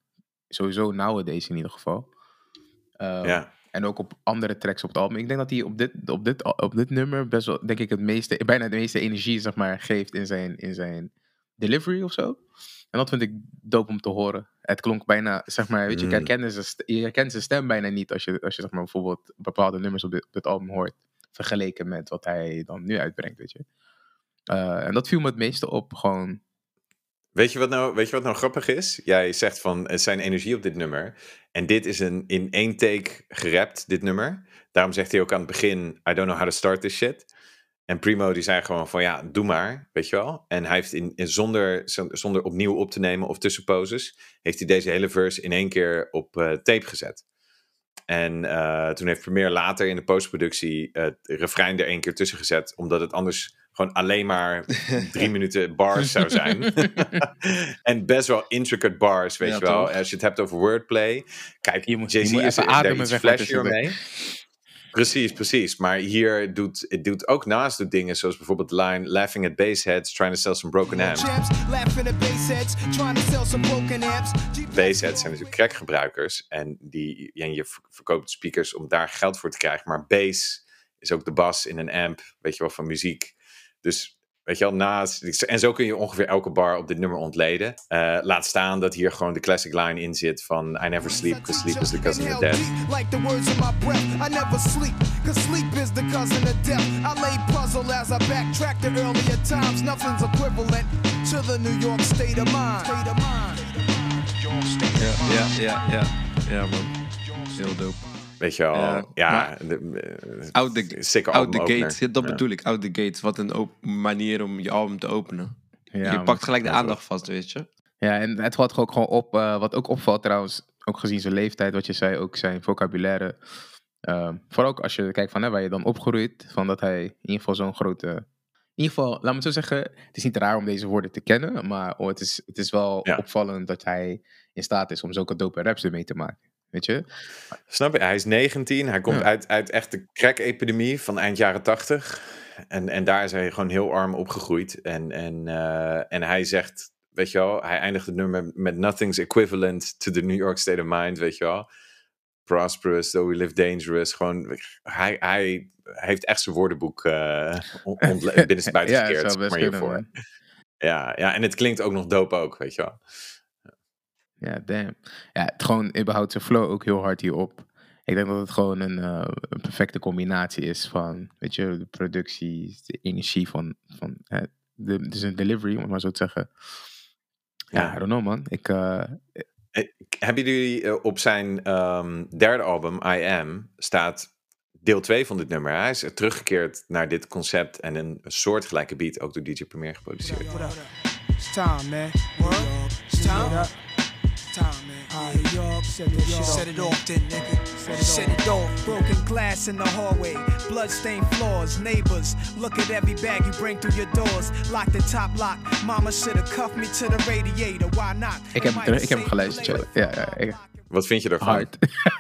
Sowieso nowadays in ieder geval. En ook op andere tracks op het album. Ik denk dat hij op dit nummer best wel, denk ik, bijna de meeste energie, zeg maar, geeft in zijn delivery of zo. En dat vind ik dope om te horen. Het klonk bijna, zeg maar, weet je, je herkent zijn stem bijna niet als je zeg maar, bijvoorbeeld bepaalde nummers op dit album hoort, vergeleken met wat hij dan nu uitbrengt, weet je. En dat viel me het meeste op, gewoon. Weet je wat nou grappig is? Jij zegt van zijn energie op dit nummer. En dit is in 1 take gerapt, dit nummer. Daarom zegt hij ook aan het begin, I don't know how to start this shit. En Primo die zei gewoon van ja, doe maar, weet je wel. En hij heeft zonder opnieuw op te nemen of tussenposes, heeft hij deze hele verse in 1 keer op tape gezet. En toen heeft Premier later in de postproductie het refrein er 1 keer tussen gezet, omdat het anders gewoon alleen maar 3 minuten bars zou zijn. En best wel intricate bars, weet je wel. Toch? Als je het hebt over wordplay. Kijk, Jay-Z is daar iets flashier mee. Precies. Maar hier doet ook naast dingen zoals bijvoorbeeld de line Laughing at bassheads, trying to sell some broken amps. Bassheads zijn natuurlijk crackgebruikers en je verkoopt speakers om daar geld voor te krijgen. Maar bass is ook de bas in een amp, weet je wel, van muziek. Dus weet je wel, en zo kun je ongeveer elke bar op dit nummer ontleden. Laat staan dat hier gewoon de classic line in zit van I never sleep, because sleep is the cousin of death. Like the words of my breath, I never sleep, because sleep is the cousin of death. I lay puzzle as I backtrack to earlier times. Nothing's equivalent to the New York state of mind. Ja, man. Heel dope. Weet je wel, out the gate, dat bedoel ik, out the gate. Wat een manier om je album te openen. Ja, je pakt gelijk de aandacht vast, weet je. Ja, en het valt ook gewoon op, wat ook opvalt trouwens, ook gezien zijn leeftijd, wat je zei, ook zijn vocabulaire. Vooral ook als je kijkt van waar je dan opgroeit, van dat hij in ieder geval zo'n grote... In ieder geval, laat me het zo zeggen, het is niet raar om deze woorden te kennen, maar het is wel opvallend dat hij in staat is om zulke dope raps ermee te maken. Weet je? Snap je? Hij is 19. Hij komt uit echt de crack-epidemie van eind jaren 80. En daar is hij gewoon heel arm opgegroeid. En hij zegt, weet je wel, hij eindigt het nummer met nothing's equivalent to the New York state of mind, weet je wel. Prosperous, though we live dangerous. Gewoon, hij heeft echt zijn woordenboek binnenstebuiten gekeerd. Maar hiervoor. Ja, en het klinkt ook nog dope ook, weet je wel. Ja, damn. Ja, het gewoon überhaupt zijn flow ook heel hard hierop. Ik denk dat het gewoon een perfecte combinatie is van, weet je, de productie, de energie van dus een delivery, om het maar zo te zeggen. Ja, I don't know, man. Hebben jullie op zijn derde album, I Am, staat deel 2 van dit nummer. Hij is teruggekeerd naar dit concept en een soortgelijke beat ook door DJ Premier geproduceerd. It's time, man. It's time. Time, man. Set it off, then, nigga. Set it off. Broken glass in the hallway, bloodstained floors, neighbors. Look at every bag you bring through your doors. Lock the top lock. Mama shoulda cuffed me to the radiator. Why not? Ik heb hem geluisterd. Ja. Wat vind je ervan? Hard.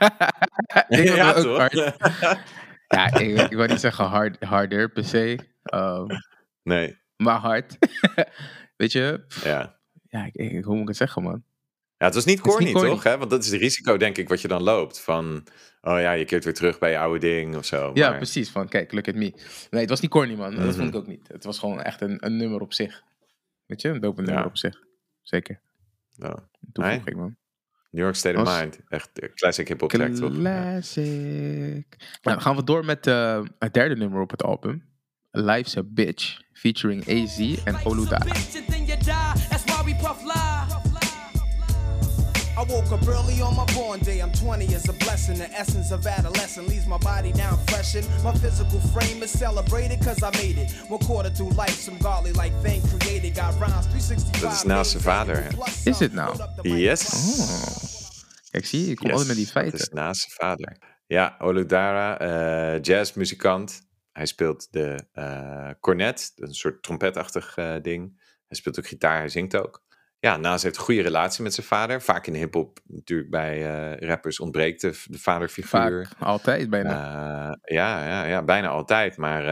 Ja, ook hard. Ja, ik wil niet zeggen harder per se. Nee. Maar hard. Weet je? Ja. Ja, hoe moet ik het zeggen, man? Ja, het was niet corny, toch? Hè? Want dat is het risico, denk ik, wat je dan loopt. Van, oh ja, je keert weer terug bij je oude ding of zo. Ja, precies. Van, kijk, look at me. Nee, het was niet corny, man. Dat vond ik ook niet. Het was gewoon echt een nummer op zich. Weet je? Een dope nummer op zich. Zeker. Ja. Toevoeging, man. New York State of Mind. Echt classic hip-hop track, toch? Classic. Nou, gaan we door met het derde nummer op het album. Life's a Bitch. Featuring AZ en Oludara. I woke up early on my born day. I'm 20 is a blessing. The essence of adolescence leaves my body down freshened. My physical frame is celebrated cause I made it. One quarter through life, some godly like thing created. Got rhymes 365. Dat is naast zijn vader. Is het nou? Yes. Oh. Kijk, zie je, ik kom altijd met die feiten. Dat is naast zijn vader. Ja, Oludara, jazzmuzikant. Hij speelt de cornet, een soort trompetachtig ding. Hij speelt ook gitaar, hij zingt ook. Ja, Nas heeft een goede relatie met zijn vader. Vaak in de hiphop, natuurlijk bij rappers ontbreekt de vaderfiguur. Vaak, altijd bijna. Ja, bijna altijd. Maar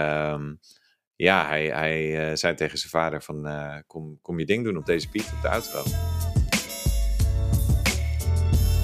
hij zei tegen zijn vader van, kom je ding doen op deze beat, op de outro.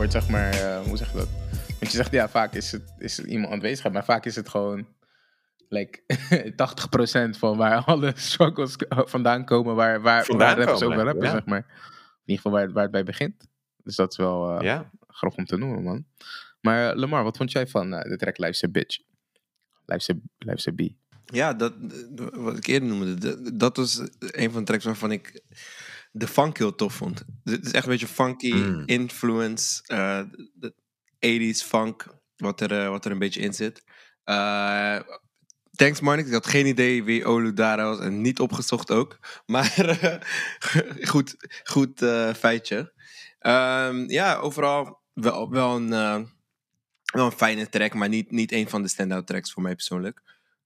wordt zeg maar, hoe zeg je dat? Want je zegt ja, vaak is het iemand aanwezig, maar vaak is het gewoon like 80% van waar alle struggles vandaan komen, waar rappers over rappen, zeg maar. In ieder geval waar het bij begint. Dus dat is wel grappig om te noemen, man. Maar Lamar, wat vond jij van de track Life's a Bitch? Life's a B. Ja, wat ik eerder noemde, dat was een van de tracks waarvan ik de funk heel tof vond. Het is echt een beetje funky influence, de 80s funk, wat er een beetje in zit. Thanks Marnix, ik had geen idee wie Oludara was en niet opgezocht ook. Maar goed feitje. Ja, overal wel een fijne track, maar niet een van de standout tracks voor mij persoonlijk.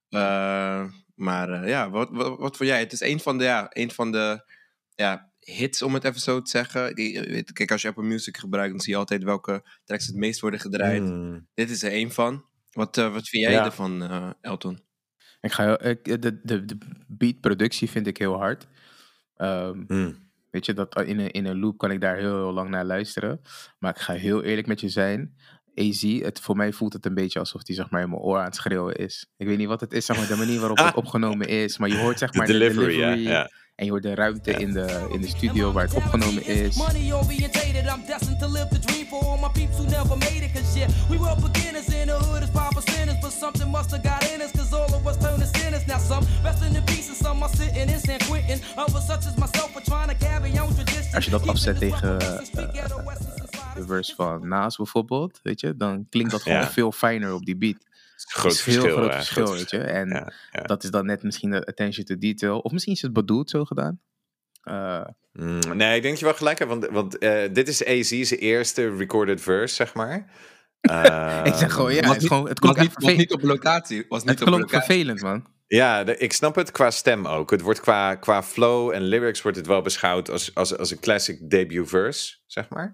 Maar ja, wat voor jij? Het is een van de hits, om het even zo te zeggen. Kijk, als je Apple Music gebruikt, dan zie je altijd welke tracks het meest worden gedraaid. Dit is er één van. Wat vind jij ervan, Elton? De beatproductie vind ik heel hard. Weet je, dat in een loop kan ik daar heel lang naar luisteren. Maar ik ga heel eerlijk met je zijn. AZ, voor mij voelt het een beetje alsof die zeg maar in mijn oor aan het schreeuwen is. Ik weet niet wat het is, zeg maar, de manier waarop het opgenomen is. Maar je hoort zeg maar de delivery. En je hoort de ruimte in de studio waar het opgenomen is. Als je dat afzet tegen de verse van Nas bijvoorbeeld, weet je, dan klinkt dat gewoon veel fijner op die beat. Groot verschil, weet je. En dat is dan net misschien de attention to detail. Of misschien is het bedoeld zo gedaan. Nee, ik denk dat je wel gelijk hebt. Want dit is AZ's eerste recorded verse, zeg maar. Ik zeg gewoon, ja, het klonk niet op locatie. Het klonk vervelend, man. Ja, ik snap het qua stem ook. Het wordt qua flow en lyrics wordt het wel beschouwd als een classic debut verse, zeg maar.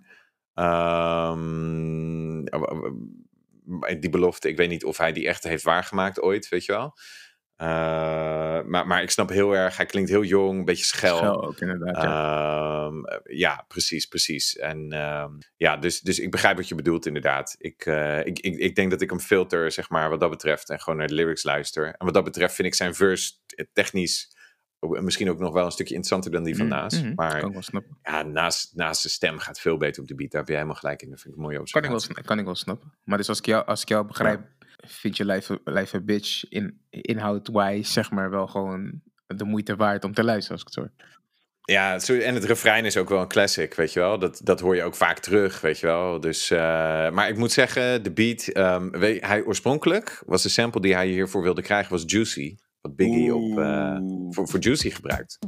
Die belofte, ik weet niet of hij die echt heeft waargemaakt ooit, weet je wel. Maar ik snap heel erg, hij klinkt heel jong, een beetje schel. Schel ook, inderdaad. Ja, precies. En dus ik begrijp wat je bedoelt, inderdaad. Ik denk dat ik hem filter, zeg maar, wat dat betreft, en gewoon naar de lyrics luister. En wat dat betreft vind ik zijn verse technisch misschien ook nog wel een stukje interessanter dan die van Nas. Maar kan ik wel snappen. Ja, Nas zijn stem gaat veel beter op de beat. Daar heb je helemaal gelijk in. Dat vind ik een mooie observatie. Kan ik wel snappen. Maar dus als ik jou begrijp, vind je Life a Bitch inhoud-wise, zeg maar, wel gewoon de moeite waard om te luisteren, als ik het zo. Ja, en het refrein is ook wel een classic, weet je wel. Dat hoor je ook vaak terug, weet je wel. Dus, maar ik moet zeggen, de beat... hij oorspronkelijk was de sample die hij hiervoor wilde krijgen, was Juicy. Wat Biggie voor Juicy gebruikt.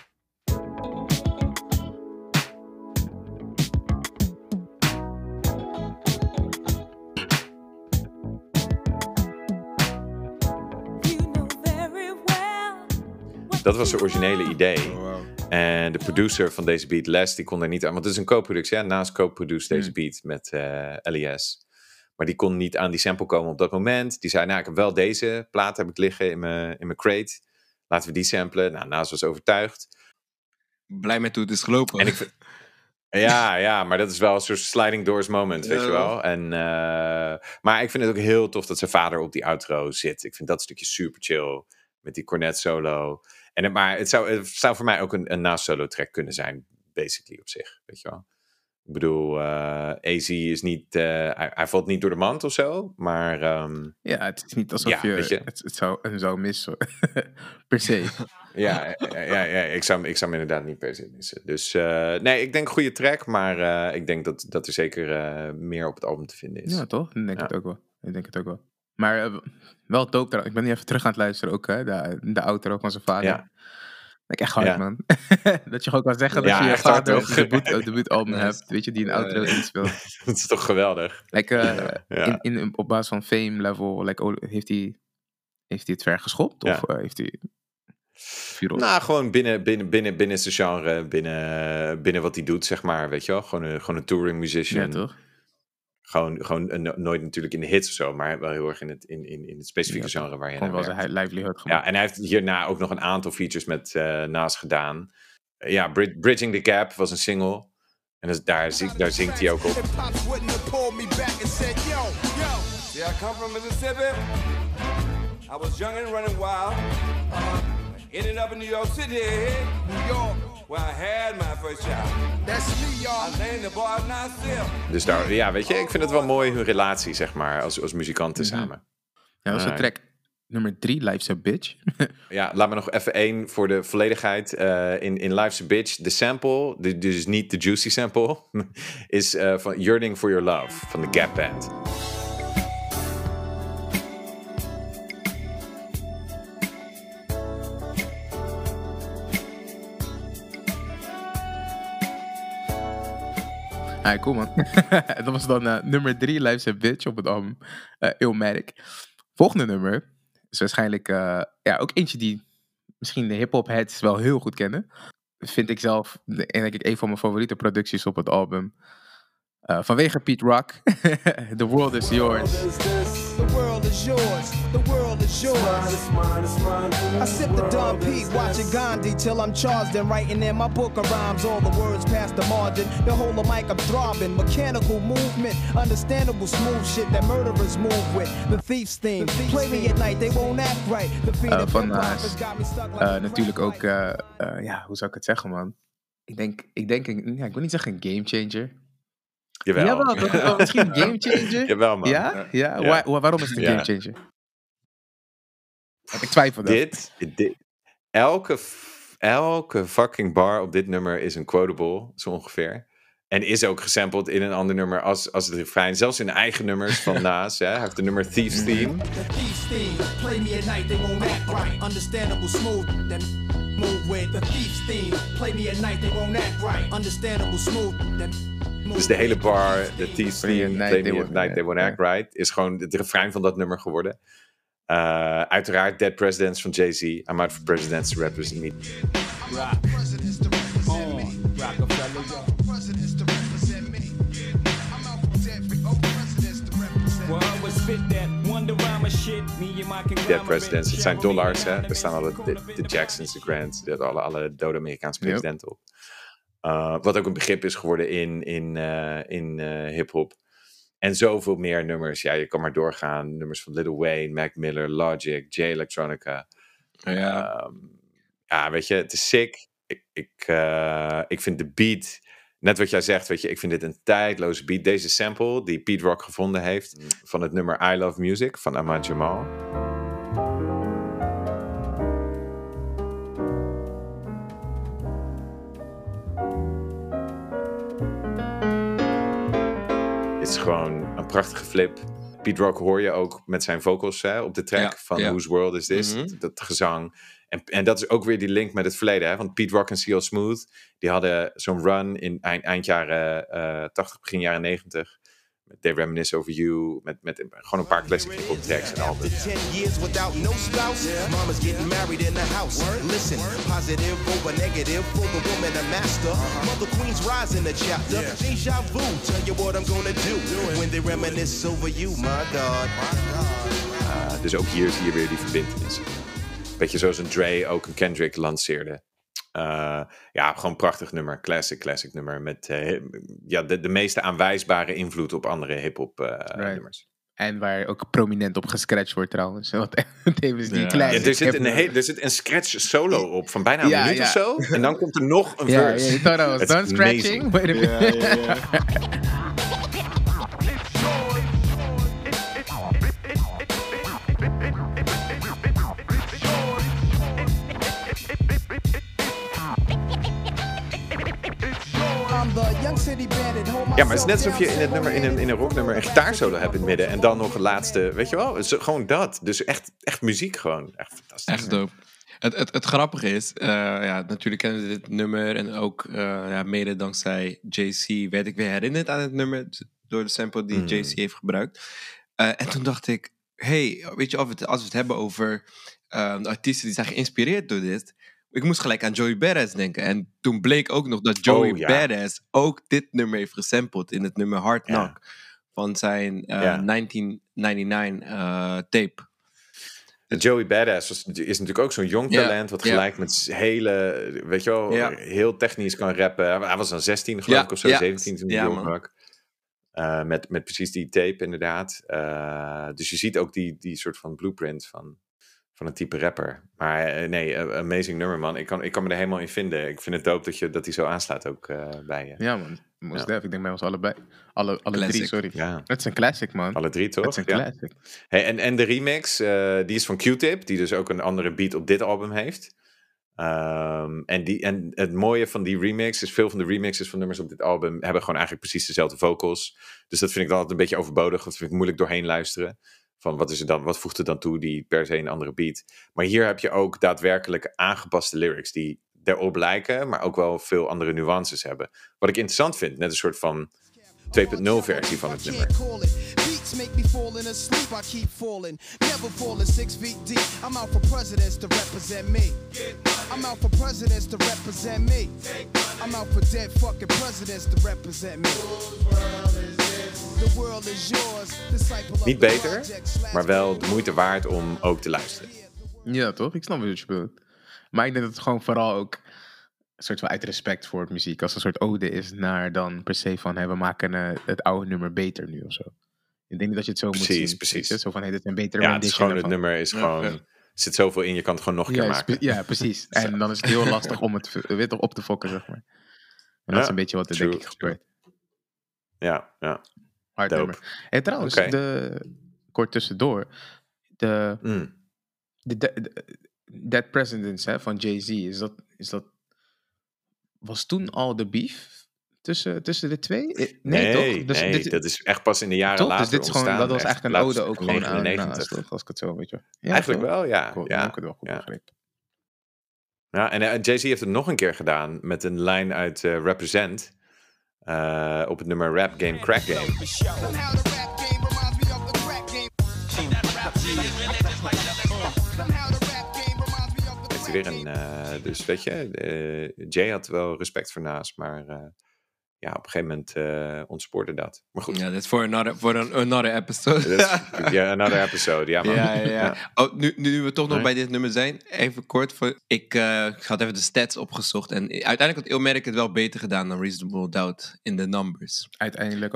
Dat was zijn originele idee. En de producer van deze beat, Les, die kon er niet aan. Want het is een co-productie. Ja, Nas co-produced deze beat met LES. Maar die kon niet aan die sample komen op dat moment. Die zei, nou, ik heb wel deze plaat heb ik liggen in mijn crate. Laten we die samplen. Nou, Nas was overtuigd. Blij met hoe het is gelopen. En ja, maar dat is wel een soort sliding doors moment, weet je wel. Maar ik vind het ook heel tof dat zijn vader op die outro zit. Ik vind dat stukje super chill. Met die cornet solo. Maar het zou voor mij ook een Nas solo track kunnen zijn. Basically op zich, weet je wel. Ik bedoel, AZ is niet... hij valt niet door de mand of zo, maar... ja, het is niet alsof je het zou missen. Per se. Ja, ik zou hem inderdaad niet per se missen. Dus nee, ik denk goede track, maar ik denk dat er zeker meer op het album te vinden is. Ja, toch? Ik denk het ook wel. Maar wel dope. Ik ben nu even terug aan het luisteren ook, hè. De outro van zijn vader. Ja. Dat ik echt hard, man. Dat je gewoon kan zeggen dat je je vader op een debuutalbum hebt, weet je, die een outro inspeelt. Dat is toch geweldig. Op basis van fame level, heeft hij het ver geschopt? Of heeft hij... Nou, gewoon binnen zijn genre, binnen wat hij doet, zeg maar, weet je wel. Gewoon een touring musician. Ja, toch? Gewoon nooit natuurlijk in de hits of zo, maar wel heel erg in het specifieke genre waar je gewoon wel zijn livelihood gemaakt. Ja, en hij heeft hierna ook nog een aantal features met Nas gedaan. Ja, Bridging the Gap was een single. En daar zingt hij ook op. Yeah, I come from Mississippi. I was young and running wild. Ended up in New York City, New York, where I had my first child. That's me, y'all. I named the boy Nasir. Dus daar, ja, weet je, ik vind het wel mooi hun relatie, zeg maar, als muzikanten samen. Ja, dat is een track nummer 3, Life's a Bitch. Ja, laat me nog even 1 voor de volledigheid. In Life's a Bitch, de sample, dus niet de Juicy sample, is van Yearning for Your Love, van de Gap Band. Ah, cool man. Dat was dan nummer 3, Life's a Bitch op het album Illmatic. Volgende nummer is waarschijnlijk ook eentje die misschien de hip-hop heads wel heel goed kennen. Vind ik zelf, denk ik, een van mijn favoriete producties op het album. Vanwege Pete Rock. The World is Yours. The world is yours. The world is yours. I sip the Don Pete, watching Gandhi till I'm charged and writing in my book of rhymes. All the words past the margin. The whole of mic I'm throbbing. Mechanical movement, understandable smooth shit that murderers move with. The thief's theme. Play me at night, they won't act right. The feet of Van Naas. Natuurlijk ook, hoe zou ik het zeggen, man? Ik denk, ik wil niet zeggen een game changer. Jawel. Toch? Misschien een game changer? Jawel, man. Ja? Waarom is het een game changer? Ik twijfel dat. Elke fucking bar op dit nummer is een quotable, zo ongeveer. En is ook gesampled in een ander nummer als het refrein. Zelfs in de eigen nummers van Nas. Hij heeft de nummer Thief's Theme. Thief's theme. Play me at night, they won't act right. Understandable smooth. Then move with the thief's theme. Play me at night, they won't act right. Understandable smooth. Then dus de hele bar, de Thief's Theme, Play me at night, they won't act right, is gewoon het refrein van dat nummer geworden. Uiteraard Dead Presidents van Jay-Z. I'm out for presidents to represent me. Dead Presidents, het zijn dollars, hè. Er staan alle de Jacksons, de Grants, alle dode Amerikaanse presidenten op. Wat ook een begrip is geworden in hip-hop. En zoveel meer nummers. Ja, je kan maar doorgaan. Nummers van Lil Wayne, Mac Miller, Logic, J Electronica. Ja, weet je, het is sick. Ik vind de beat, net wat jij zegt, weet je, ik vind dit een tijdloze beat. Deze sample die Pete Rock gevonden heeft van het nummer I Love Music van Ahmad Jamal. Het is gewoon een prachtige flip. Pete Rock hoor je ook met zijn vocals op de track van Whose World Is This? Dat gezang. En dat is ook weer die link met het verleden. Hè? Want Pete Rock en CL Smooth, die hadden zo'n run in eind jaren 80, begin jaren 90. They Reminisce Over You. Met gewoon een paar classic hip-hop tracks en albums. 10 years without no spouse. Mama's getting married in the house. Listen, positive over negative for the woman a master. Mother Queen's rise in the chapter. Deja vu, tell you what I'm gonna do when they reminisce over you, my God. Dus ook hier zie je weer die verbintenis. Beetje zoals een Dre ook een Kendrick lanceerde. Gewoon een prachtig nummer. Classic nummer. Met de meeste aanwijsbare invloed op andere hip-hop nummers. En waar ook prominent op gescratcht wordt trouwens. Wat tevens die classic. Er zit een scratch solo op van bijna een minuut of zo. En dan komt er nog een verse. Je thought I was done scratching? Wait a minute. Ja, maar het is net alsof je in het nummer, in een rocknummer een gitaarsolo hebt in het midden. En dan nog een laatste, weet je wel? Gewoon dat. Dus echt muziek gewoon. Echt fantastisch. Echt dope. Het grappige is, natuurlijk kennen we dit nummer. En ook mede dankzij JC werd ik weer herinnerd aan het nummer. Door de sample die JC heeft gebruikt. En toen dacht ik, weet je, als we het hebben over artiesten die zijn geïnspireerd door dit. Ik moest gelijk aan Joey Badass denken. En toen bleek ook nog dat Joey Badass ook dit nummer heeft gesampled in het nummer Hard Knock van zijn 1999 tape. Joey Badass is natuurlijk ook zo'n jong talent, wat gelijk met hele, weet je wel, heel technisch kan rappen. Hij was dan 16 geloof ik of zo, 17 toen hij doorbrak. Met precies die tape inderdaad. Dus je ziet ook die soort van blueprint van een type rapper. Maar nee, amazing nummer, man. Ik kan me er helemaal in vinden. Ik vind het dope dat hij zo aanslaat ook bij je. Ja, man. Ik denk bij ons allebei. Alle drie, sorry. Ja. Het is een classic, man. Alle drie, toch? Het is een classic. Hey, en de remix, die is van Q-Tip, die dus ook een andere beat op dit album heeft. En het mooie van die remix is, veel van de remixes van nummers op dit album hebben gewoon eigenlijk precies dezelfde vocals. Dus dat vind ik dan altijd een beetje overbodig. Dat vind ik moeilijk doorheen luisteren. Van wat voegt het dan toe die per se een andere beat. Maar hier heb je ook daadwerkelijk aangepaste lyrics die erop lijken, maar ook wel veel andere nuances hebben. Wat ik interessant vind, net een soort van 2.0 versie van het nummer. Make me falling asleep, I keep falling. Never falling 6 feet deep. I'm out for presidents to represent me. I'm out for presidents to represent me. I'm out for dead fucking presidents to represent me. The world is yours. Niet beter, maar wel de moeite waard om ook te luisteren. Ja, toch? Ik snap wat je bedoelt. Maar ik denk dat het gewoon vooral ook een soort van uit respect voor het muziek, als een soort ode is naar dan per se van, we maken het oude nummer beter nu of zo. Ik denk niet dat je het zo moet zien. Precies. Zo van, dit is een betere rendition. Het is gewoon, het nummer is gewoon, er zit zoveel in, je kan het gewoon nog een keer maken. Ja, precies. En dan is het heel lastig om het weer op te fokken, zeg maar. En dat is een beetje wat er denk ik gebeurt. Ja. Hard nummer. En trouwens, kort tussendoor, Dead Presidents van Jay-Z, is dat was toen al de beef tussen de twee? Nee, toch? Dus nee, dat is echt pas in de jaren later dus dit is ontstaan. Gewoon, dat was eigenlijk een ode ook gewoon aan 99. toch? Als ik het zo weet je. Ja, eigenlijk wel, ja. Cool, ja. Ik het wel goed begrepen. Ja, en Jay-Z heeft het nog een keer gedaan met een lijn uit Represent op het nummer Rap Game, Crack Game. Weer een, dus weet je, Jay had wel respect voor Nas, maar op een gegeven moment ontspoorde dat. Maar goed. Ja, dat is voor another episode. Ja, another episode, ja man. Ja. Oh, nu we toch nog bij dit nummer zijn, even kort. Ik had even de stats opgezocht en uiteindelijk had Illmatic het wel beter gedaan dan Reasonable Doubt in de numbers. Uiteindelijk.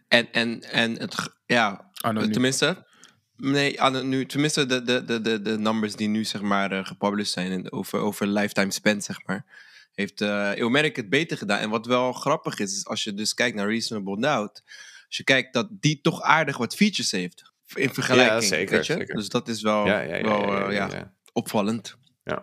Tenminste... Nee, nu, tenminste de numbers die nu zeg maar gepublished zijn over lifetime spend, zeg maar, heeft Illmatic het beter gedaan. En wat wel grappig is als je dus kijkt naar Reasonable Doubt, als je kijkt dat die toch aardig wat features heeft in vergelijking. Ja, zeker, weet je? Zeker. Dus dat is wel, opvallend.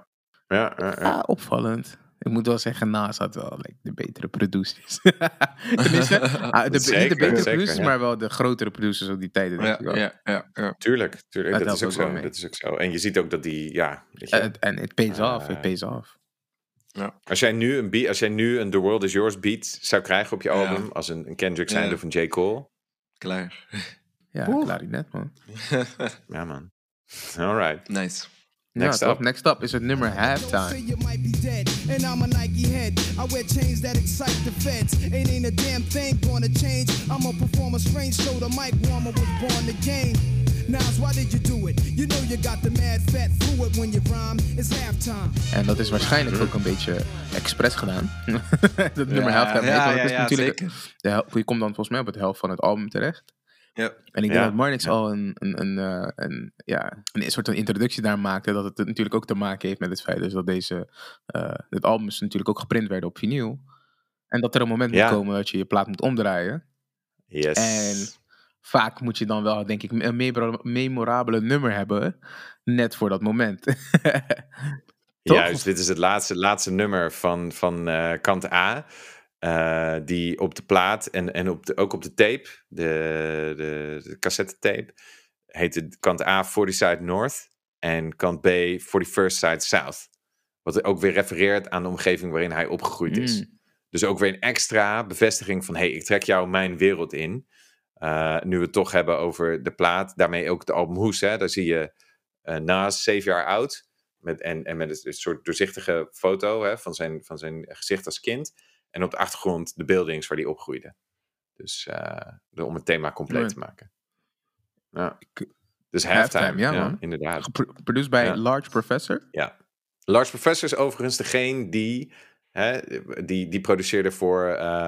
Ja. Opvallend. Ik moet wel zeggen, Nas had wel de betere producers. Tenminste, niet de betere producers, maar wel de grotere producers op die tijden. Ja. Tuurlijk. Dat is ook zo. En je ziet ook dat die, en it pays off. Ja. Als jij nu een The World Is Yours beat zou krijgen op je album, als een Kendrick Sander of een J. Cole. Klaar. Ja, klarinet, man. Ja, man. Alright. Nice. Next up is het nummer Halftime. And I'm a Nike head. I wear chains that excite the feds. Ain't a damn thing gonna change. I'm a performer strange, so the mic warmer was born the game. Now, why did you do it? You know you got the mad fat fluid when you rhyme. It's halftime. En dat is waarschijnlijk ook een beetje expres gedaan. Dat nummer Halftime. Het is natuurlijk. Je komt dan volgens mij op het helft van het album terecht. Ja. En ik denk dat Marnix al een soort van introductie daar maakte, dat het natuurlijk ook te maken heeft met het feit dus dat dit album is natuurlijk ook geprint werden op vinyl. En dat er een moment moet komen dat je je plaat moet omdraaien. Yes. En vaak moet je dan wel, denk ik, een memorabele nummer hebben, net voor dat moment. Juist, dit is het laatste nummer van kant A. Die op de plaat en ook op de tape, de cassettetape, heet het kant A 40 Side North en kant B 41st Side South. Wat ook weer refereert aan de omgeving waarin hij opgegroeid is. Dus ook weer een extra bevestiging van, ik trek jou mijn wereld in. Nu we het toch hebben over de plaat, daarmee ook de album Hoes. Daar zie je Nas 7 jaar oud met een soort doorzichtige foto van zijn gezicht als kind. En op de achtergrond de buildings waar hij opgroeide. Dus om het thema compleet te maken. Ja. Dus Halftime, ja, man. inderdaad. Geproduceerd bij Large Professor. Ja. Large Professor is overigens degene die produceerde voor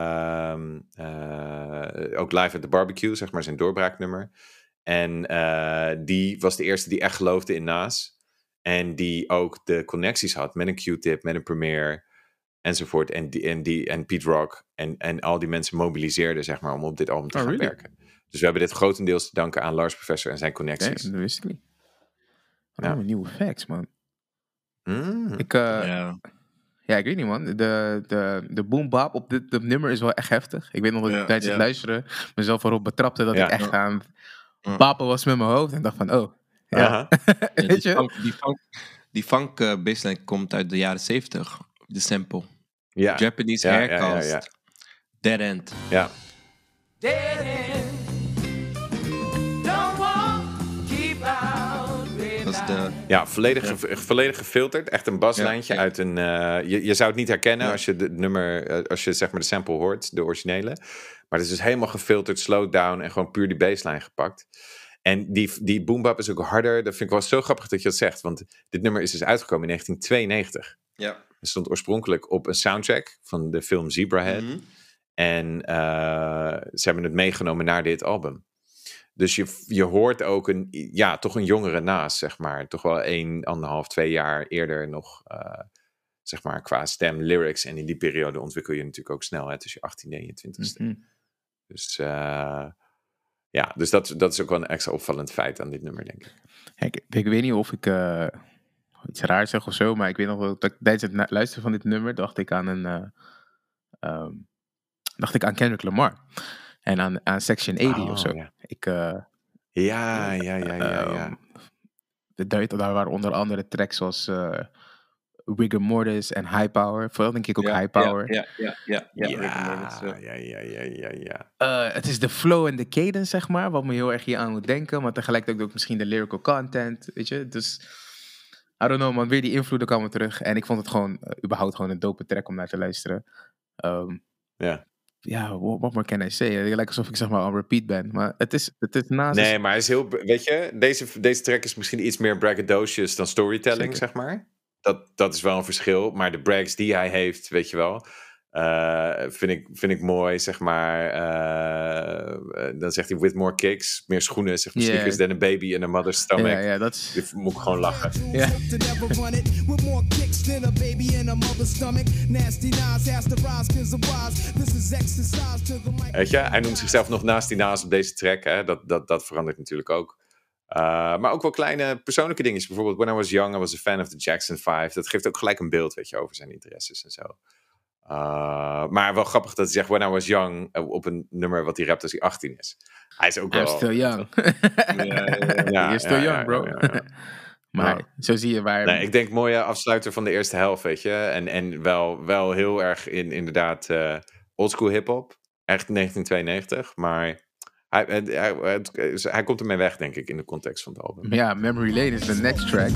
ook Live at the Barbecue, zeg maar zijn doorbraaknummer. En die was de eerste die echt geloofde in Nas. En die ook de connecties had met een Q-Tip, met een Premier enzovoort. En Pete Rock en al die mensen mobiliseerden, zeg maar, om op dit album te gaan werken. Dus we hebben dit grotendeels te danken aan Large Professor en zijn connecties. Nee, dat wist ik niet. Nieuwe facts, man. Ik weet niet, man. De boom bap op dit nummer is wel echt heftig. Ik weet nog dat ik tijdens het luisteren mezelf erop betrapte dat ik echt aan bapen was met mijn hoofd. En dacht van, weet je? Die funk baseline komt uit de jaren 70. De sample. Ja. Japanese haircast. Dead End. Ja. Dead end. Don't walk, keep out. Dat is de... Ja, volledig gefilterd. Echt een baslijntje uit een... Je zou het niet herkennen als je het nummer... als je zeg maar de sample hoort, de originele. Maar het is dus helemaal gefilterd, slowed down... en gewoon puur die baseline gepakt. En die boom bap is ook harder. Dat vind ik wel zo grappig dat je dat zegt. Want dit nummer is dus uitgekomen in 1992. Ja. Het stond oorspronkelijk op een soundtrack van de film Zebrahead. Mm-hmm. En ze hebben het meegenomen naar dit album. Dus je hoort ook toch een jongere Nas, zeg maar. Toch wel 1,5, 2 jaar eerder nog, zeg maar, qua stem, lyrics. En in die periode ontwikkel je natuurlijk ook snel, hè, tussen je 18e en je 20ste. Mm-hmm. Dus dus dat is ook wel een extra opvallend feit aan dit nummer, denk ik. Ik weet niet of ik iets raars zeg of zo, maar ik weet nog dat ik tijdens het luisteren van dit nummer dacht ik aan Kendrick Lamar. En aan Section 80 of zo. Ja. Daar waren onder andere tracks zoals Rigor Mortis en High Power. Vooral denk ik ook High Power. Het is de flow en de cadence, zeg maar, wat me heel erg hier aan moet denken. Maar tegelijkertijd ook misschien de lyrical content, weet je. Dus, I don't know, man. Weer die invloeden kwamen terug. En ik vond het gewoon, überhaupt gewoon een dope track om naar te luisteren. Ja, what more can I say? Het lijkt alsof ik zeg maar on repeat ben. Maar het is naast... Nee, maar hij is heel... Weet je, deze track is misschien iets meer braggadocious dan storytelling, zeg maar. Dat is wel een verschil. Maar de brags die hij heeft, weet je wel... vind ik mooi, zeg maar. Dan zegt hij with more kicks, meer schoenen, zeg maar, sneakers than a baby in a mother's stomach. Ja, dat is... Dit moet ik gewoon lachen. Ja. Weet je, hij noemt zichzelf nog Nasty Nas op deze track. Hè? Dat verandert natuurlijk ook. Maar ook wel kleine persoonlijke dingetjes. Bijvoorbeeld, when I was young, I was a fan of the Jackson 5. Dat geeft ook gelijk een beeld, weet je, over zijn interesses en zo. Maar wel grappig dat hij zegt when I was young op een nummer wat hij rapt als hij 18 is. Hij is ook wel... I'm still young. You're still young, bro. Maar zo zie je waar... Nee, ik denk mooie afsluiter van de eerste helft, weet je. En wel heel erg inderdaad oldschool hip-hop. Echt 1992, maar... Hij komt ermee weg, denk ik, in de context van het album. Ja, Memory Lane is de next track.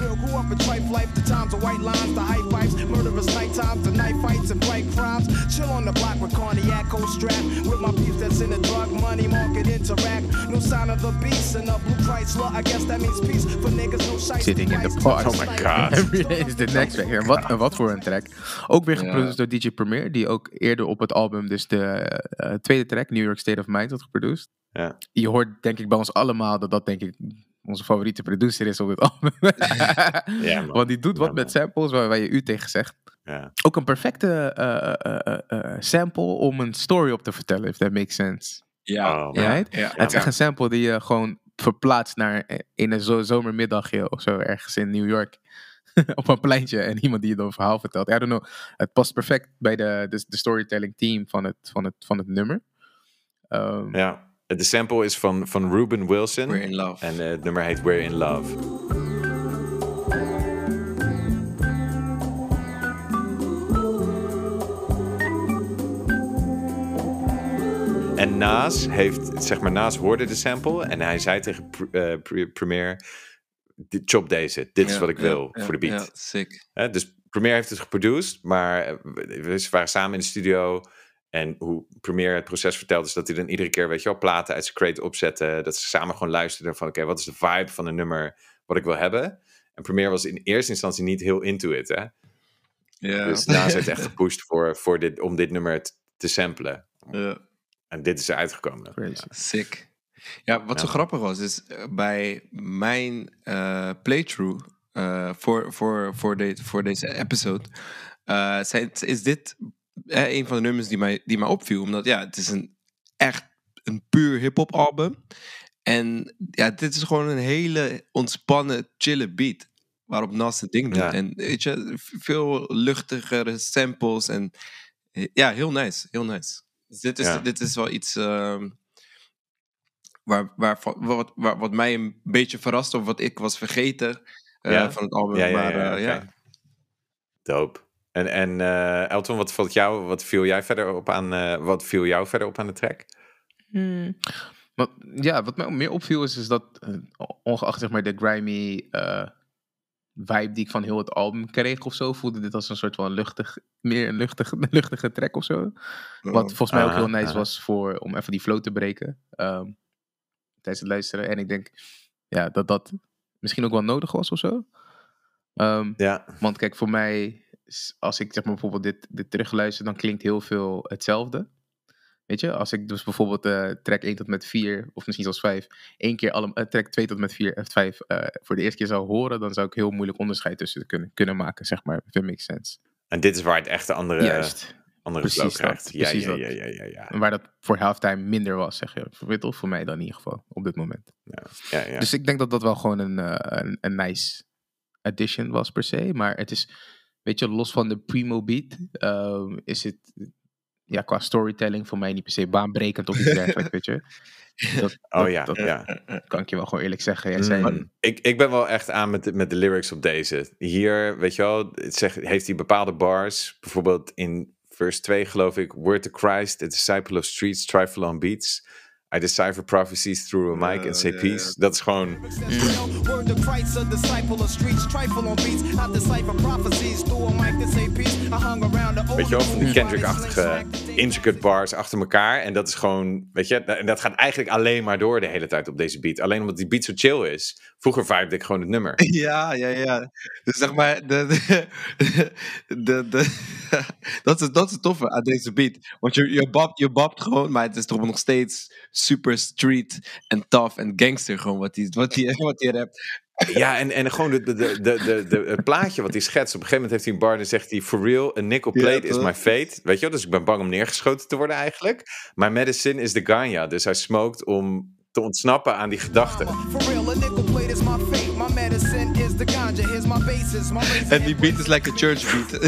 Sitting in the pot. Oh my god. Memory Lane is de next track. En wat voor een track. Ook weer geproduceerd door DJ Premier, die ook eerder op het album, dus de tweede track, New York State of Mind, had geproduceerd. Ja. Je hoort denk ik bij ons allemaal dat denk ik onze favoriete producer is op dit album. Ja, want die doet wat met samples waar je u tegen zegt. Ja. Ook een perfecte sample om een story op te vertellen, if that makes sense. Ja. Het is echt een sample die je gewoon verplaatst naar in een zomermiddagje of zo ergens in New York. Op een pleintje en iemand die je dan een verhaal vertelt. I don't know. Het past perfect bij de storytelling team van het nummer. Ja. De sample is van Ruben Wilson. We're in Love. En het nummer heet We're in Love. En Nas hoorde de sample en hij zei tegen Premier, chop deze, dit is wat ik wil voor de beat. Ja, sick. Dus Premier heeft het geproduced, maar we waren samen in de studio En hoe Premiere het proces vertelt is dat hij dan iedere keer, weet je wel, platen uit zijn crate opzetten. Dat ze samen gewoon luisterden van, oké, wat is de vibe van een nummer wat ik wil hebben? En Premiere was in eerste instantie niet heel into it, hè? Ja. Dus daarna is het echt gepusht om dit nummer te samplen. Ja. En dit is eruit gekomen. Crazy. Sick. Ja, wat zo grappig was, is bij mijn playthrough voor deze episode, is dit een van de nummers die mij opviel. Omdat ja, het is echt een puur hip-hop album. En ja, dit is gewoon een hele ontspannen, chille beat. Waarop Nas het ding doet. Ja. En weet je, veel luchtigere samples. En ja, heel nice. Heel nice. Dus dit is wel iets wat mij een beetje verrast, of wat ik was vergeten van het album. Ja. Dope. En Elton, wat viel jou verder op aan de track? Wat mij meer opviel is dat ongeacht zeg maar de grimy vibe die ik van heel het album kreeg of zo, voelde dit als een soort van meer een luchtige track of zo. Wat volgens mij ook heel nice was om even die flow te breken tijdens het luisteren. En ik denk dat misschien ook wel nodig was of zo. Want kijk, voor mij, als ik zeg maar bijvoorbeeld dit terugluister, dan klinkt heel veel hetzelfde. Weet je, als ik dus bijvoorbeeld track 1 tot met 4, of misschien zelfs 5, één keer track 2 tot met 4 en 5 voor de eerste keer zou horen, dan zou ik heel moeilijk onderscheid tussen kunnen maken, zeg maar, if it makes sense. En dit is waar het echt de andere flow krijgt. Ja. En waar dat voor halftime minder was, zeg je. Voor mij dan in ieder geval, op dit moment. Ja. Dus ik denk dat dat wel gewoon een nice addition was per se, maar het is, weet je, los van de primo beat, is het qua storytelling voor mij niet per se baanbrekend of iets dergelijks, weet je. Dat kan ik je wel gewoon eerlijk zeggen. Ik ben wel echt aan met de lyrics op deze. Hier, weet je wel, heeft hij bepaalde bars. Bijvoorbeeld in verse 2 geloof ik. Word to Christ, a disciple of streets, trifle on beats. I decipher prophecies through a mic and say peace. Dat is gewoon... Word to Christ, a disciple of streets, trifle on beats. I decipher prophecies through a mic and say peace. I hung around the... Weet je wel, van die Kendrick-achtige intricate bars achter elkaar. En dat is gewoon, weet je, en dat gaat eigenlijk alleen maar door de hele tijd op deze beat. Alleen omdat die beat zo chill is. Vroeger vibede ik gewoon het nummer. Ja. Dus zeg maar, dat is het toffe aan deze beat. Want je babt gewoon, maar het is toch nog steeds super street en tough en gangster gewoon wat hij rapt. Ja, en gewoon het plaatje wat hij schetst. Op een gegeven moment heeft hij een bar en zegt hij... For real, a nickel plate is my fate. Weet je wel, dus ik ben bang om neergeschoten te worden eigenlijk. My medicine is the ganja. Dus hij smoked om te ontsnappen aan die gedachten. En die beat is like a church beat.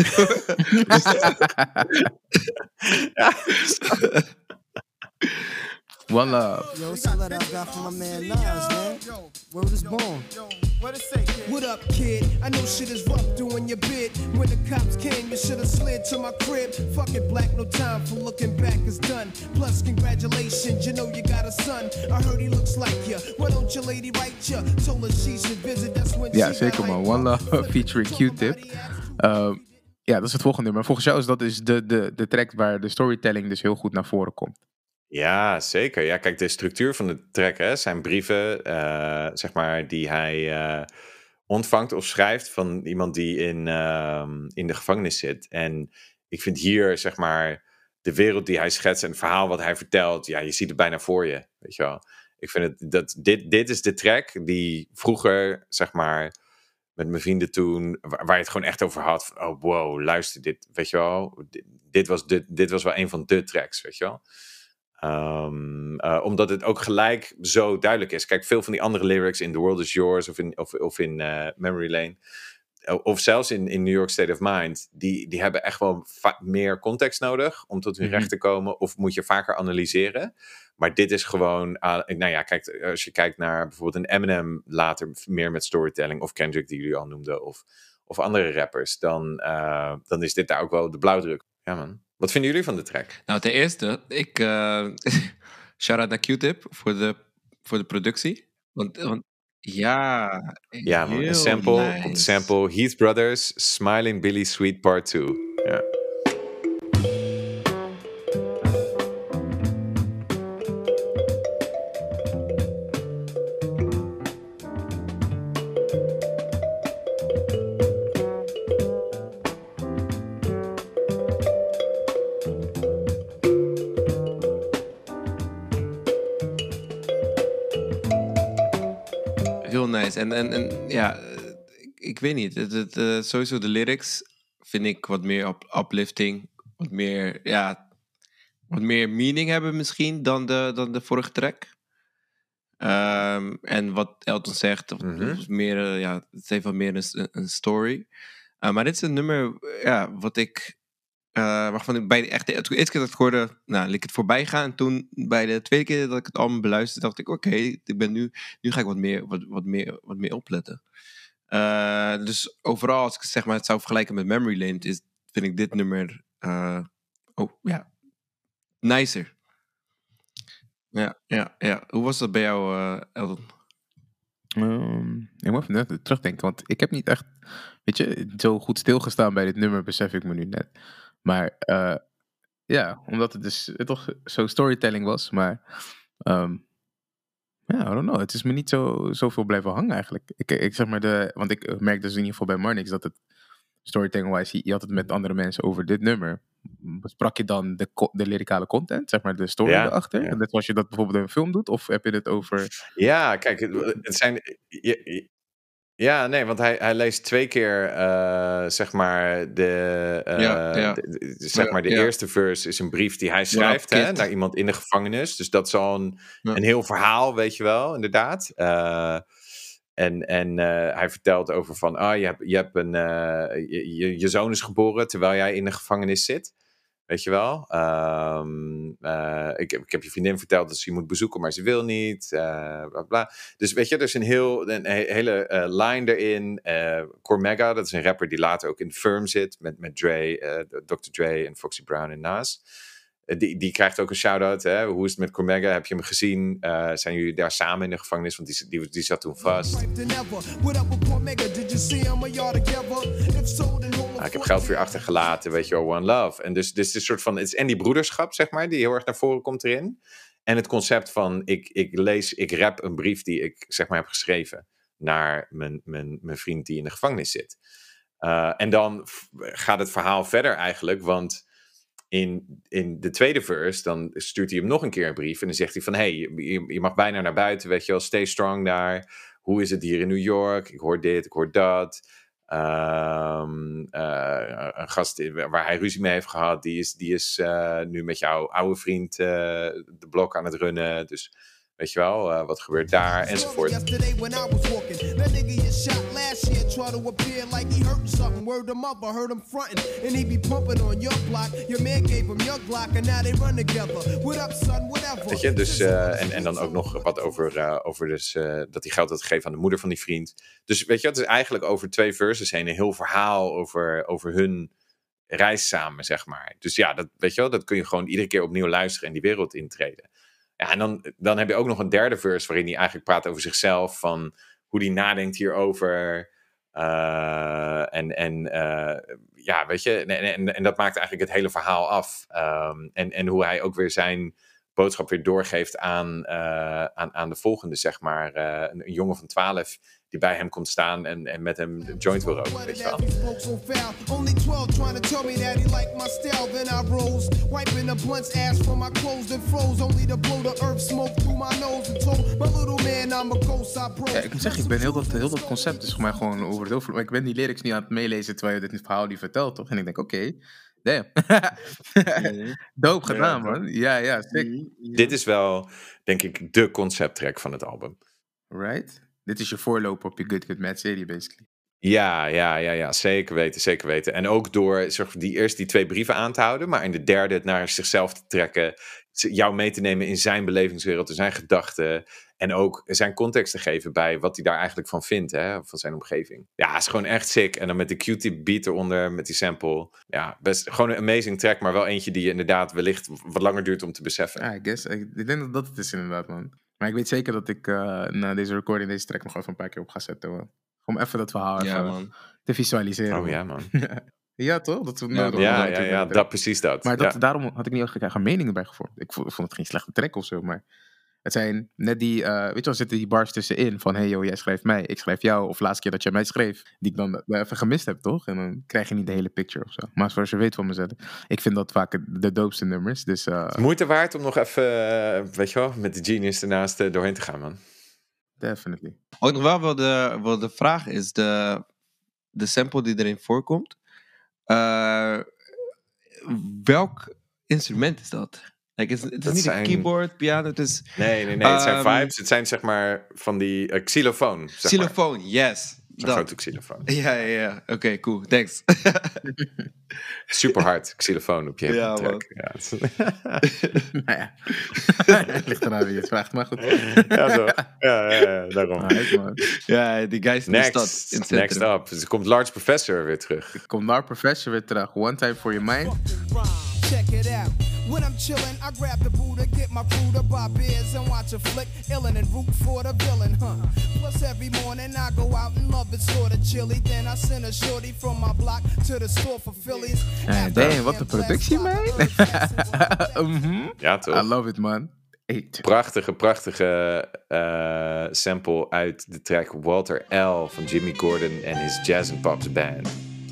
One love. Yo, it's a letter I got from my man Nas, man. Where was born? What up, kid? I know shit is rough doing your bid. When the cops came, you should have slid to my crib. Fuck it, black, no time for looking back, it's done. Plus, congratulations, you know you got a son. I heard he looks like you. Why don't your lady write you? Told her she should visit, that's when ja, zeker man. One Love featuring Q-Tip. Ja, dat is het volgende nummer. Volgens jou is dat dus de track waar de storytelling dus heel goed naar voren komt. Ja, zeker. Ja, kijk, de structuur van de track, hè, zijn brieven, zeg maar, die hij ontvangt of schrijft van iemand die in de gevangenis zit. En ik vind hier, zeg maar, de wereld die hij schetst en het verhaal wat hij vertelt, ja, je ziet het bijna voor je, weet je wel. Ik vind dit is de track die vroeger, zeg maar, met mijn vrienden toen, waar je het gewoon echt over had. Oh, wow, luister dit, weet je wel. Dit was wel een van de tracks, weet je wel. Omdat het ook gelijk zo duidelijk is. Kijk, veel van die andere lyrics in The World Is Yours of in Memory Lane, of zelfs in New York State of Mind, die hebben echt wel meer context nodig om tot hun recht te komen, of moet je vaker analyseren. Maar dit is gewoon, nou ja, kijk, als je kijkt naar bijvoorbeeld een Eminem later meer met storytelling, of Kendrick die jullie al noemden, of andere rappers, dan is dit daar ook wel de blauwdruk. Ja man. Wat vinden jullie van de track? Nou, ten eerste, shout-out naar Q-Tip voor de productie. Want ja, man, een sample, Heath Brothers, Smiling Billy Sweet Part 2. Ja. En ja, ik weet niet. Sowieso de lyrics vind ik wat meer uplifting. Wat meer meaning hebben misschien dan de vorige track. En wat Elton zegt, het heeft wat meer een story. Maar dit is een nummer wat ik... waarvan ik bij de eerste keer dat ik hoorde, liet ik het voorbij gaan. En toen bij de tweede keer dat ik het album beluisterde, dacht ik, oké, ik ben nu ga ik wat meer opletten. Dus overal, als ik zeg maar het zou vergelijken met Memory Lane, vind ik dit nummer nicer. Ja. Hoe was dat bij jou, Elton? Ik moet even net terugdenken, want ik heb niet echt, zo goed stilgestaan bij dit nummer, besef ik me nu net. Maar omdat het dus toch zo storytelling was, maar I don't know, het is me niet zoveel blijven hangen eigenlijk. Ik zeg maar want ik merk dus in ieder geval bij Marnix dat het storytelling-wise, je had het met andere mensen over dit nummer. Besprak je dan de lyricale content, zeg maar de story erachter? Ja. Net zoals je dat bijvoorbeeld in een film doet? Of heb je het over... Ja, kijk, het zijn... Ja, nee, want hij leest 2 keer, zeg maar, de eerste verse is een brief die hij schrijft naar iemand in de gevangenis. Dus dat is al een heel verhaal, weet je wel, inderdaad. En hij vertelt over van, je zoon is geboren terwijl jij in de gevangenis zit. Weet je wel? Ik heb je vriendin verteld dat ze je moet bezoeken, maar ze wil niet. Bla bla. Dus weet je, er is een hele line erin. Cormega, dat is een rapper die later ook in Firm zit. Met Dre, Dr. Dre en Foxy Brown en Nas. Die krijgt ook een shout-out. Hè? Hoe is het met Cormega? Heb je hem gezien? Zijn jullie daar samen in de gevangenis? Want die zat toen vast. Ik heb geld voor je achtergelaten, weet je wel, one love. En dus het is een soort van... Het is en die broederschap, zeg maar, die heel erg naar voren komt erin. En het concept van, ik rap een brief die ik, zeg maar, heb geschreven naar mijn vriend die in de gevangenis zit. En dan gaat het verhaal verder eigenlijk, want... In de tweede verse, dan stuurt hij hem nog een keer een brief. En dan zegt hij van, hey, je mag bijna naar buiten, weet je wel. Stay strong daar. Hoe is het hier in New York? Ik hoor dit, ik hoor dat. Een gast waar hij ruzie mee heeft gehad, die is nu met jouw oude vriend de blok aan het runnen. Dus weet je wel, wat gebeurt daar? Enzovoort. Weet je, dus, en dan ook nog wat over dus, dat hij geld had gegeven aan de moeder van die vriend. Dus weet je, het is eigenlijk over 2 verses heen een heel verhaal over hun reis samen, zeg maar. Dus ja, dat, weet je wel, dat kun je gewoon iedere keer opnieuw luisteren en die wereld intreden. Ja, en dan heb je ook nog een derde verse waarin hij eigenlijk praat over zichzelf, van hoe hij nadenkt hierover. Ja, weet je, en dat maakt eigenlijk het hele verhaal af. En hoe hij ook weer zijn boodschap weer doorgeeft aan de volgende, zeg maar. Een jongen van 12 die bij hem komt staan en met hem een joint wil roken, weet je wel. Ja, ik moet zeggen, ik ben heel dat concept dus voor mij gewoon over het hoofd. Maar ik ben die lyrics niet aan het meelezen terwijl je dit verhaal niet vertelt, toch? En ik denk, oké, damn. Dope gedaan, man. Ja, sick. Dit is wel, denk ik, de concepttrack van het album. Right? Dit is je voorloper op je Good Mad City, basically. Ja, zeker weten. En ook door eerst die 2 brieven aan te houden, maar in de derde het naar zichzelf te trekken, jou mee te nemen in zijn belevingswereld, in zijn gedachten, en ook zijn context te geven bij wat hij daar eigenlijk van vindt, hè, van zijn omgeving. Ja, het is gewoon echt sick. En dan met de Q-tip beat eronder, met die sample. Ja, best gewoon een amazing track, maar wel eentje die inderdaad wellicht wat langer duurt om te beseffen. Ja, ik denk dat het is inderdaad, man. Maar ik weet zeker dat ik na deze recording deze track nog even een paar keer op ga zetten, man. Om even dat verhaal te visualiseren. Oh ja, man. Ja, toch? Dat precies dat. Maar daarom had ik niet echt een mening erbij gevormd. Ik vond het geen slechte track of zo, maar het zijn net die, weet je wel, zitten die bars tussenin van, hey joh, jij schrijft mij, ik schrijf jou, of laatste keer dat jij mij schreef, die ik dan even gemist heb, toch? En dan krijg je niet de hele picture of zo. Maar zoals je weet van me zetten, ik vind dat vaak de doopste nummers, dus... Moeite waard om nog even, weet je wel, met de Genius ernaast doorheen te gaan, man. Definitely. Ook nog wel wat de vraag is, de sample die erin voorkomt. Welk instrument is dat? Like, het is niet een keyboard, piano, het is... Nee, het zijn vibes. Het zijn zeg maar van die xylofoon. Xylofoon, yes. Zo'n grote xylofoon. Ja. Oké, cool. Thanks. Super hard xylofoon op je track. Ja. Ligt eraan wie je het vraagt, maar goed. Ja, daarom. Ja, die guys in de stad. In Next up. Dus er komt Large Professor weer terug. Er komt Large Professor weer terug. One Time for Your Mind. Check it out. When I'm chillin', I grab the Buddha, get my crew to buy beers and watch a flick, illin' and root for the villain, Plus every morning I go out and love it sorta chilly. Then I send a shorty from my block to the store for Phillies. Damn, wat een productie, man. Ja, toch? I love it, man. Prachtige sample uit de track Walter L. van Jimmy Gordon en his Jazz and Pops Band.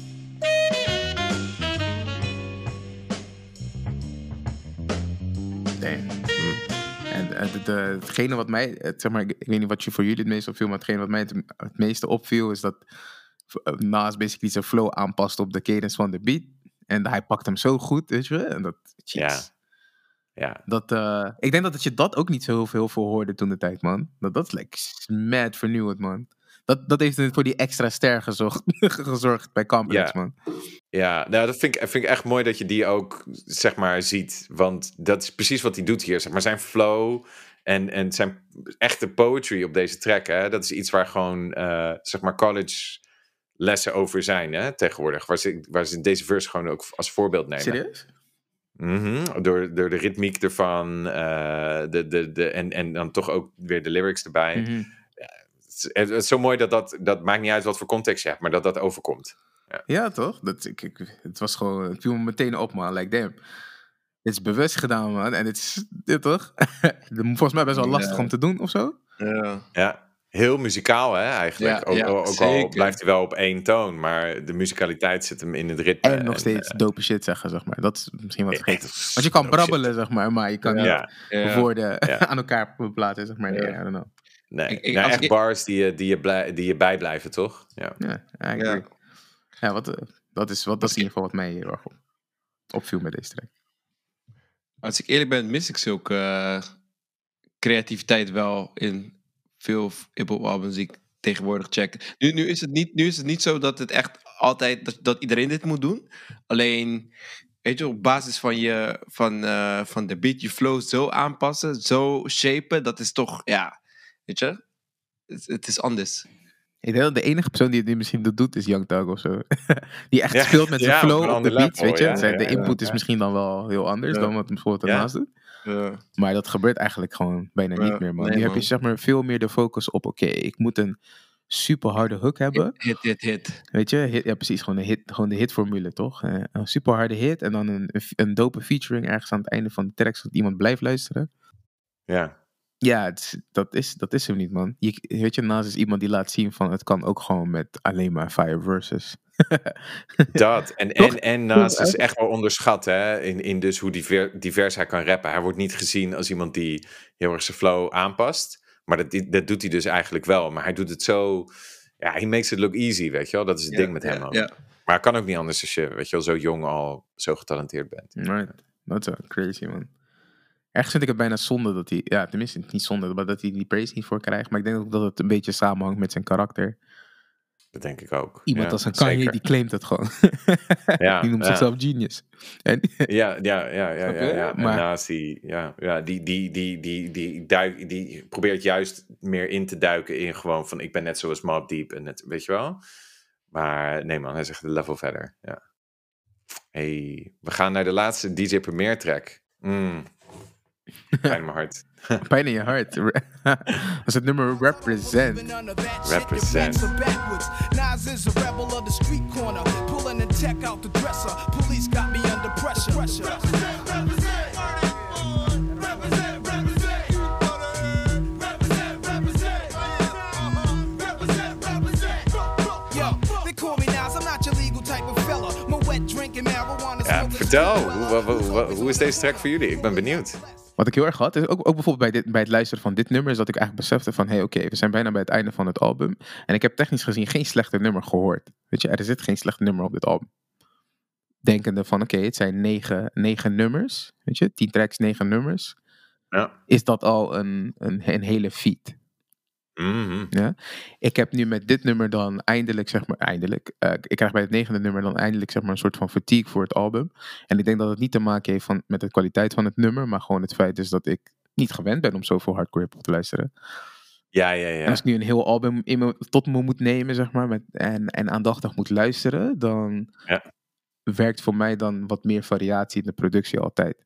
En hetgene wat mij, zeg maar, ik weet niet wat voor jullie het meest opviel, maar hetgene wat mij het meeste opviel is dat Nas basically zijn flow aanpast op de cadence van de beat. En hij pakt hem zo goed, weet je. En dat, ja. Ik denk dat je dat ook niet zo heel veel hoorde toen de tijd, man. Dat is like mad vernieuwend, man. Dat heeft voor die extra ster gezorgd bij Complex, man. Ja, nou dat vind ik echt mooi dat je die ook, zeg maar, ziet. Want dat is precies wat hij doet hier. Zeg maar, zijn flow en zijn echte poetry op deze track, hè, dat is iets waar gewoon, zeg maar, college lessen over zijn, hè, tegenwoordig. Waar ze deze verse gewoon ook als voorbeeld nemen. Serieus? Mm-hmm. Door de ritmiek ervan, en dan toch ook weer de lyrics erbij. Mm-hmm. Het is zo mooi dat maakt niet uit wat voor context je hebt, maar dat overkomt. Ja, toch? Het was gewoon, het viel me meteen op, man. Like, damn. Dit is bewust gedaan, man. En dit is, toch? Volgens mij best wel lastig om te doen, of zo. Ja, heel muzikaal, hè, eigenlijk. Ook al blijft hij wel op één toon, maar de muzikaliteit zit hem in het ritme. En nog steeds dope shit zeggen, zeg maar. Dat is misschien wat vergeten. Want je kan brabbelen, zeg maar je kan niet woorden aan elkaar plaatsen, zeg maar. I don't know. Nee, echt bars die je bijblijven, toch? Ja, ik agree. Ja, dat is in ieder geval wat mij heel erg opviel met deze track. Als ik eerlijk ben, mis ik zulke creativiteit wel in veel hip-hop albums die ik tegenwoordig check. Nu is het niet zo dat het echt altijd dat iedereen dit moet doen. Alleen, weet je, op basis van de beat, je flow zo aanpassen, zo shapen, dat is toch, weet je, het is anders. Ik denk dat de enige persoon die het misschien doet is Young Thug of zo. Die echt speelt met zijn flow op de beat, weet je. De input is misschien dan wel heel anders dan wat hem bijvoorbeeld daarnaast doet. Maar dat gebeurt eigenlijk gewoon bijna niet meer, man. Nu heb je, zeg maar, veel meer de focus op, oké, ik moet een super harde hook hebben. Hit. Weet je, ja precies, gewoon de hitformule, toch? Een super harde hit en dan een dope featuring ergens aan het einde van de track, zodat iemand blijft luisteren. Ja, dat is hem niet, man. Weet je, Nas is iemand die laat zien van het kan ook gewoon met alleen maar fire verses. Dat. En Nas is echt wel onderschat, hè, in dus hoe divers hij kan rappen. Hij wordt niet gezien als iemand die heel erg zijn flow aanpast. Maar dat doet hij dus eigenlijk wel. Maar hij doet het zo... Ja, he makes it look easy, weet je wel. Dat is het ding met hem ook. Maar het kan ook niet anders als je, weet je wel, zo jong al zo getalenteerd bent. Right. Dat is crazy, man. Ergens vind ik het bijna zonde dat hij... Ja, tenminste niet zonde, maar dat hij die praise niet voor krijgt. Maar ik denk ook dat het een beetje samenhangt met zijn karakter. Dat denk ik ook. Iemand als een Kanye, die claimt het gewoon. Die noemt zichzelf genius. En ja. Maar naast die probeert juist meer in te duiken in gewoon van ik ben net zoals Mobb Deep en net, weet je wel. Maar nee man, hij zegt een level verder. Ja. Hey, we gaan naar de laatste DJ Premier track. Pijn in mijn hart. Pijn in je hart. Dat is het nummer Represent. Represent. Nas is a rebel of the street corner. Pulling the tech out the dresser. Police got me under pressure. Yo, they call me Nas, I'm not your legal type of fella. My wet drinking marijuana. Ja, vertel, hoe is deze track voor jullie? Ik ben benieuwd. Wat ik heel erg had, is ook bijvoorbeeld bij het luisteren van dit nummer, is dat ik eigenlijk besefte van, oké, we zijn bijna bij het einde van het album. En ik heb technisch gezien geen slechte nummer gehoord. Weet je, er zit geen slecht nummer op dit album. Denkende van, oké, het zijn 9 nummers. Weet je, 10 tracks, 9 nummers. Ja. Is dat al een hele feat. Mhm. Ja? Ik heb nu met dit nummer dan eindelijk, ik krijg bij het 9e nummer dan eindelijk een soort van fatigue voor het album. En ik denk dat het niet te maken heeft met de kwaliteit van het nummer, maar gewoon het feit is dat ik niet gewend ben om zoveel hardcore hip-hop te luisteren. Ja. En als ik nu een heel album tot me moet nemen, zeg maar, en aandachtig moet luisteren, dan werkt voor mij dan wat meer variatie in de productie altijd.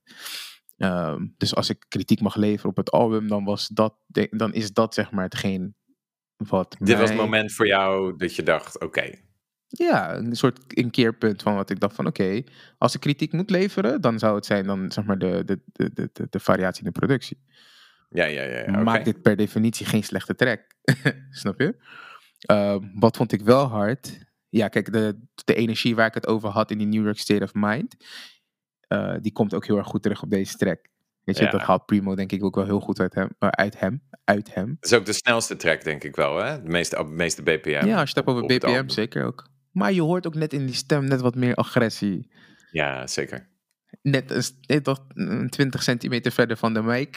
Dus als ik kritiek mag leveren op het album, dan is dat zeg maar hetgeen wat Dit was het moment voor jou dat je dacht, oké. Ja, een keerpunt van wat ik dacht van oké, als ik kritiek moet leveren, dan zou het zijn dan zeg maar de variatie in de productie. Ja. Maakt dit per definitie geen slechte track. Snap je? Wat vond ik wel hard? Ja, kijk, de energie waar ik het over had in die New York State of Mind, die komt ook heel erg goed terug op deze track. Weet je, dat haalt Primo denk ik ook wel heel goed uit hem. Het is ook de snelste track denk ik wel, hè? De meeste BPM. Ja, als je het hebt over BPM zeker ook. Maar je hoort ook net in die stem net wat meer agressie. Ja, zeker. Net een 20 centimeter verder van de mic.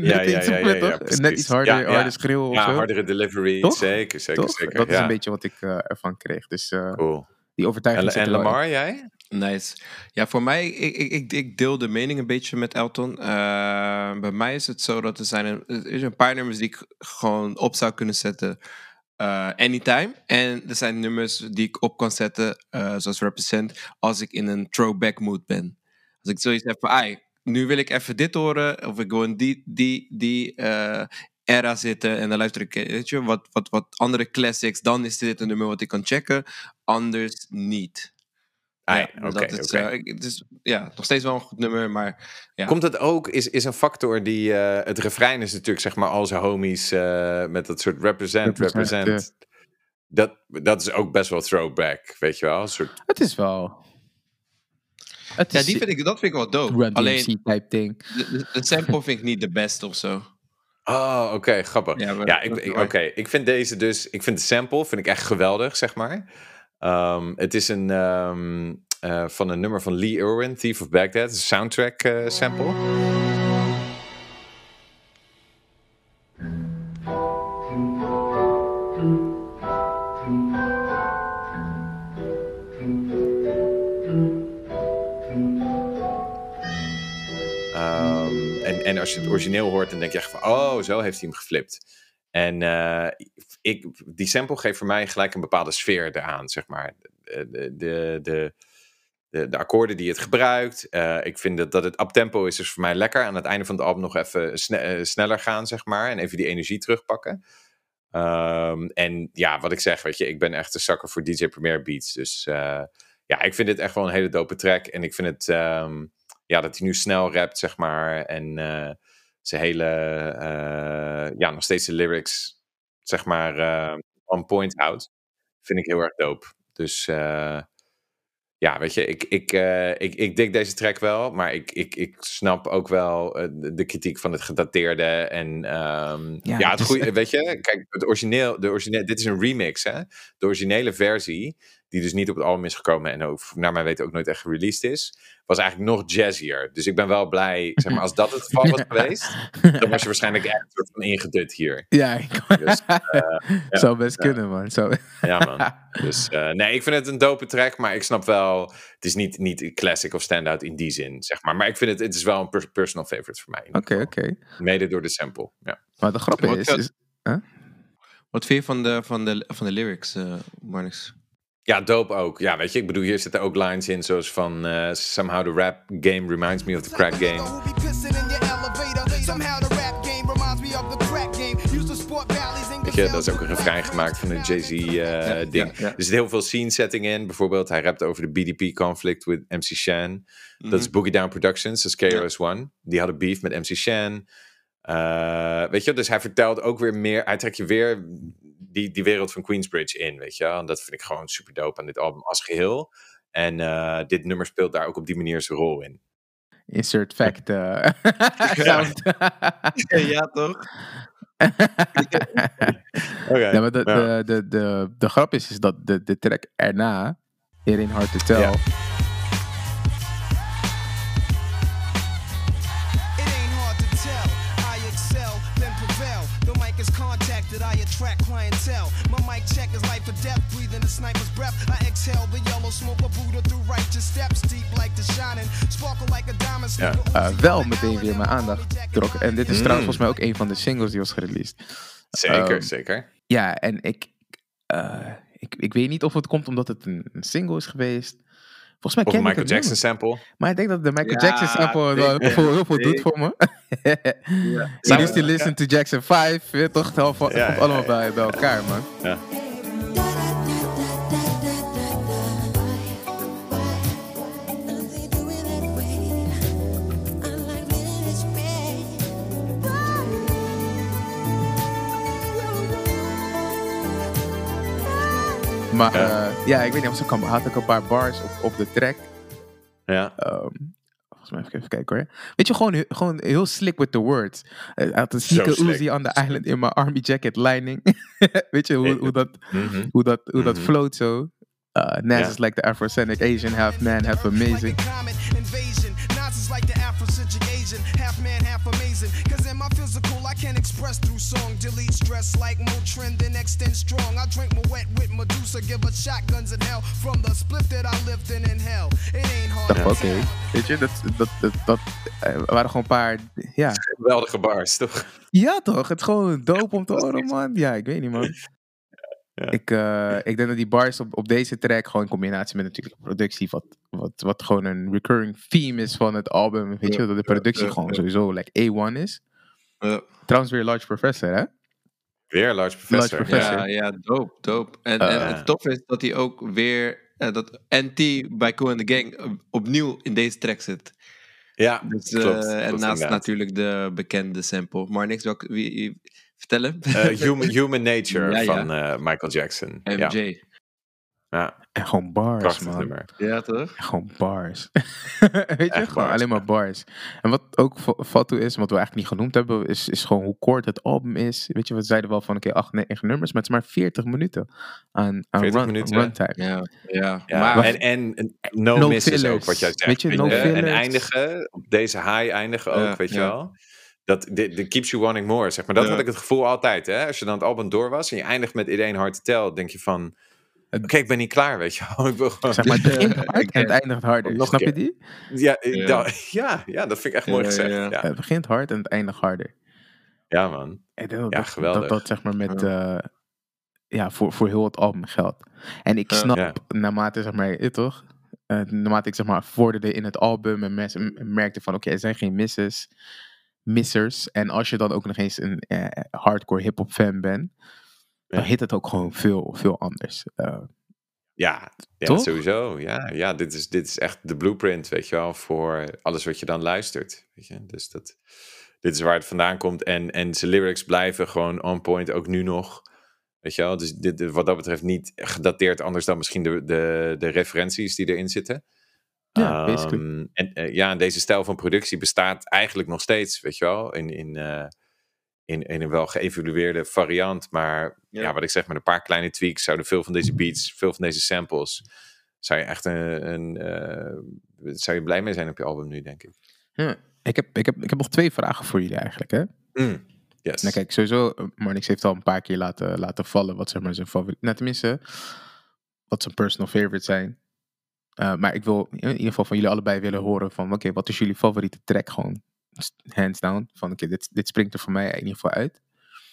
Net iets harder schreeuwen of zo. Ja, hardere delivery. Toch? Zeker. Dat is een beetje wat ik ervan kreeg. Dus cool. Die overtuiging en Lamar, jij? Nice. Ja, voor mij, ik deel de mening een beetje met Elton. Bij mij is het zo dat er zijn een paar nummers die ik gewoon op zou kunnen zetten anytime. En er zijn nummers die ik op kan zetten, zoals Represent, als ik in een throwback mood ben. Als ik zoiets heb van, nu wil ik even dit horen, of ik wil in die era zitten en dan luister ik, weet je, wat andere classics, dan is dit een nummer wat ik kan checken, anders niet. Het is nog steeds wel een goed nummer, maar ja. Komt het ook, is een factor die, het refrein is natuurlijk zeg maar al zijn homies met dat soort represent. Dat is ook best wel throwback, weet je wel. Het is wel... dat vind ik wel dope. Run Alleen, DMC-type ding. De sample vind ik niet de best of zo. Oh, oké, grappig. Ik vind deze dus, ik vind de sample vind ik echt geweldig, zeg maar. Het is van een nummer van Lee Irwin, Thief of Baghdad, een soundtrack sample. En als je het origineel hoort, dan denk je echt van, oh, zo heeft hij hem geflipt. En die sample geeft voor mij gelijk een bepaalde sfeer eraan, zeg maar. De akkoorden die het gebruikt. Ik vind dat het uptempo is dus voor mij lekker. Aan het einde van het album nog even sneller gaan, zeg maar. En even die energie terugpakken. En ja, wat ik zeg, weet je, ik ben echt een zakker voor DJ Premier beats. Dus ik vind dit echt wel een hele dope track. En ik vind het, dat hij nu snel rapt, zeg maar. En zijn hele, nog steeds de lyrics, zeg maar, on point houdt. Vind ik heel erg dope. Dus weet je, ik dik deze track wel, maar ik snap ook wel de kritiek van het gedateerde en het goede, weet je, kijk, de origineel, dit is een remix, hè? De originele versie, die dus niet op het album is gekomen en ook, naar mijn weten ook nooit echt gereleased is, was eigenlijk nog jazzier. Dus ik ben wel blij, zeg maar, als dat het geval was geweest, dan was je waarschijnlijk echt een soort van ingedut hier. Ja, zou best kunnen, man. Ja, man. Dus ik vind het een dope track, maar ik snap wel, het is niet een classic of standout in die zin, zeg maar. Maar ik vind het is wel een personal favorite voor mij. Oké. Mede door de sample, ja. Maar de grap is... Wat vind je van de lyrics, Marnix? Ja, dope ook. Ja, weet je, ik bedoel, hier zitten ook lines in zoals van somehow the rap game reminds me of the crack game. Weet je, dat is ook een refrein gemaakt van een Jay-Z ding. Er zit heel veel scene setting in. Bijvoorbeeld, hij rapt over de BDP conflict with MC Shan. Dat is Boogie Down Productions, dat is KRS-One. Die hadden beef met MC Shan. Weet je, dus hij vertelt ook weer meer, hij trekt je weer die wereld van Queensbridge in, weet je. En dat vind ik gewoon super dope aan dit album als geheel. En dit nummer speelt daar ook op die manier zijn rol in. insert fact sound. Ja, toch? Okay. Ja, maar de grap is dat de track erna, It Ain't Hard To Tell... Ja. Is contacted, I attract clientele. My mic check is life or death, breathing the sniper's breath. I exhale the yellow smoke of Buddha through righteous steps, deep like the shining, sparkle like a diamond. Ja, wel meteen weer mijn aandacht trok. En dit is trouwens volgens mij ook een van de singles die was gereleased. Zeker. Ja, en ik weet niet of het komt omdat het een single is geweest. Volgens mij of ken een ik Michael het Jackson nummer. sample. Maar ik denk dat de Michael Jackson sample heel veel doet voor me. I used to listen to Jackson 5. Weet toch? Het komt allemaal bij elkaar, man. Ja. Maar ik weet niet, had ik een paar bars op de track. Ja. Volgens mij even kijken hoor. Weet je, gewoon heel slick with the words. Had een sneaker Uzi on the island in my army jacket lining. Weet je, hoe dat float zo. Nas is like the Afrocentric Asian, half man, half amazing. Like the Afrocentric Asian, half man, half amazing. Cause in my physical, I can express through song. Delete stress like Motrin, then extend strong. I drink my wet with Medusa, give her shotguns in hell. From the split that I lived in hell. It ain't hard. Oké. Weet je, dat waren gewoon een paar, ja. Geweldige bars, toch? Ja, toch? Het is gewoon dope om te horen, man. Ja, ik weet niet, man. Ja. Ik denk dat die bars op deze track gewoon in combinatie met natuurlijk de productie, wat gewoon een recurring theme is van het album, weet je, dat de productie gewoon sowieso like A1 is. Trouwens weer Large Professor, hè? Weer Large Professor. Ja, dope. En het tof is dat hij ook weer, dat NT bij Kool and the Gang opnieuw in deze track zit. Ja, dus, klopt. En naast inderdaad. Natuurlijk de bekende sample. Maar niks, wie vertellen? Human Nature van Michael Jackson. MJ. Ja. En gewoon bars, prachtig man. Nummer. Ja, toch? En gewoon bars. Weet je, gewoon bars, alleen maar bars. En wat ook fatu is, wat we eigenlijk niet genoemd hebben, is gewoon hoe kort het album is. Weet je, we zeiden wel van, oké, 8, 9 nummers, maar het is maar 40 minuten aan 40 minuten. runtime. Ja. Maar, en no misses ook, wat jij zegt. Weet je, no fillers. En eindigen, op deze high eindigen ook, weet je wel. Dat keeps you wanting more, zeg maar. Dat had ik het gevoel altijd, hè. Als je dan het album door was en je eindigt met It Ain't Hard To Tell, denk je van, oké, ik ben niet klaar, weet je wel. Ik wil gewoon... Zeg maar, het begint hard en het eindigt harder. Snap je die? Ja, dat vind ik echt mooi gezegd. Ja. Het begint hard en het eindigt harder. Ja, man. Geweldig. Dat zeg maar met... voor heel het album geldt. En ik snap, naarmate, zeg maar, toch? Naarmate ik, zeg maar, vorderde in het album en mensen merkten van, oké, er zijn geen missers. En als je dan ook nog eens een hardcore hip-hop fan bent, dan hit het ook gewoon veel anders. Ja, sowieso. Ja, dit is echt de blueprint, weet je wel, voor alles wat je dan luistert. Weet je? Dus dit is waar het vandaan komt. En zijn lyrics blijven gewoon on point, ook nu nog. Weet je wel, dus dit, wat dat betreft niet gedateerd, anders dan misschien de referenties die erin zitten. Ja, basically. En deze stijl van productie bestaat eigenlijk nog steeds, weet je wel, in een wel geëvolueerde variant. Maar wat ik zeg, met een paar kleine tweaks zouden veel van deze beats, veel van deze samples, zou je echt zou je blij mee zijn op je album nu, denk ik. Ja, ik heb nog 2 vragen voor jullie eigenlijk, hè? Yes. Nou kijk, sowieso, Marnix heeft al een paar keer laten vallen wat, zeg maar, zijn favoriet, nou tenminste, wat zijn personal favorite zijn. Maar ik wil in ieder geval van jullie allebei willen horen van, oké, wat is jullie favoriete track gewoon? Hands down. Van, oké, dit springt er voor mij in ieder geval uit.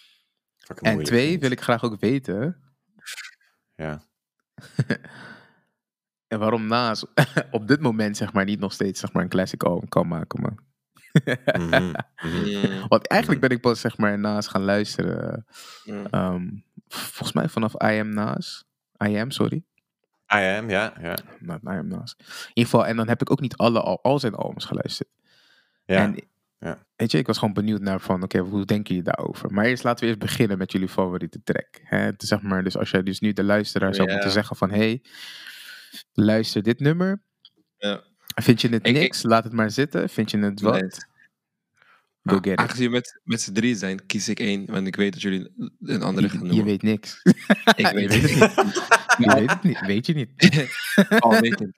En 2 wil ik graag ook weten. Ja. En waarom Nas op dit moment, zeg maar, niet nog steeds, zeg maar, een classic album kan maken, man. Want eigenlijk ben ik pas, zeg maar, Nas gaan luisteren. Volgens mij vanaf I Am Nas. I Am, sorry. I Am, ja. Not I Am Nas. In ieder geval, en dan heb ik ook niet al zijn albums geluisterd. Ja. En, weet je, ik was gewoon benieuwd naar van, oké, hoe denken jullie daarover? Maar laten we eerst beginnen met jullie favoriete track. Hè? Zeg maar, dus als jij dus nu de luisteraar zou moeten zeggen van, hey, luister dit nummer. Vind je het Ik- niks? Laat het maar zitten. Vind je het wat? Nee. Go get it. Aangezien we met z'n drie zijn, kies ik één. Want ik weet dat jullie een andere gaan Je noemen. weet niks. Ik weet Je het weet niet. Je weet het niet. Weet je niet. Al weten.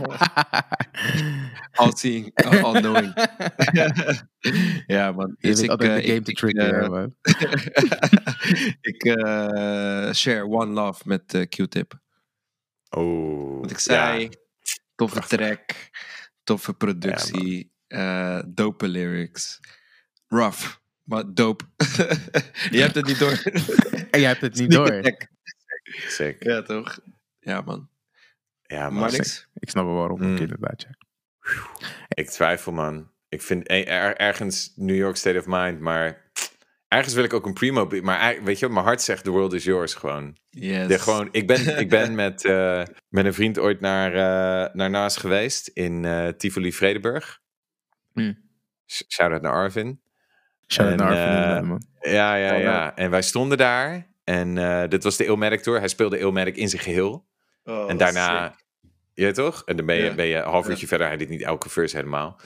All seeing, all knowing. Ja, man. Je Dus weet altijd de game ik, te tricken, hè, man. ik share One Love met Q-Tip. Oh. Want ik zei, ja. toffe track, toffe productie, dope lyrics. Rough, maar dope. Je hebt het niet door. En jij hebt het niet Sneak door. attack. Sick. Ja, toch? Ja, man. Ja, man. Maar niks. Ik snap wel waarom, ook inderdaad, ja. Ik twijfel, man. Ik vind ergens New York State of Mind, maar ergens wil ik ook een primo. Maar weet je, mijn hart zegt the world is yours gewoon. Yes. Ik ben met een vriend ooit naar Naas geweest in Tivoli Vredenburg. Shout-out naar Arvin. Shout-out naar Arvin, En, inderdaad, man. Ja. En wij stonden daar. En dit was de Illmatic Tour. Hij speelde Illmatic in zijn geheel. Oh, en daarna... Ja, toch? En dan ben je een half uurtje verder. Hij deed niet elke verse helemaal.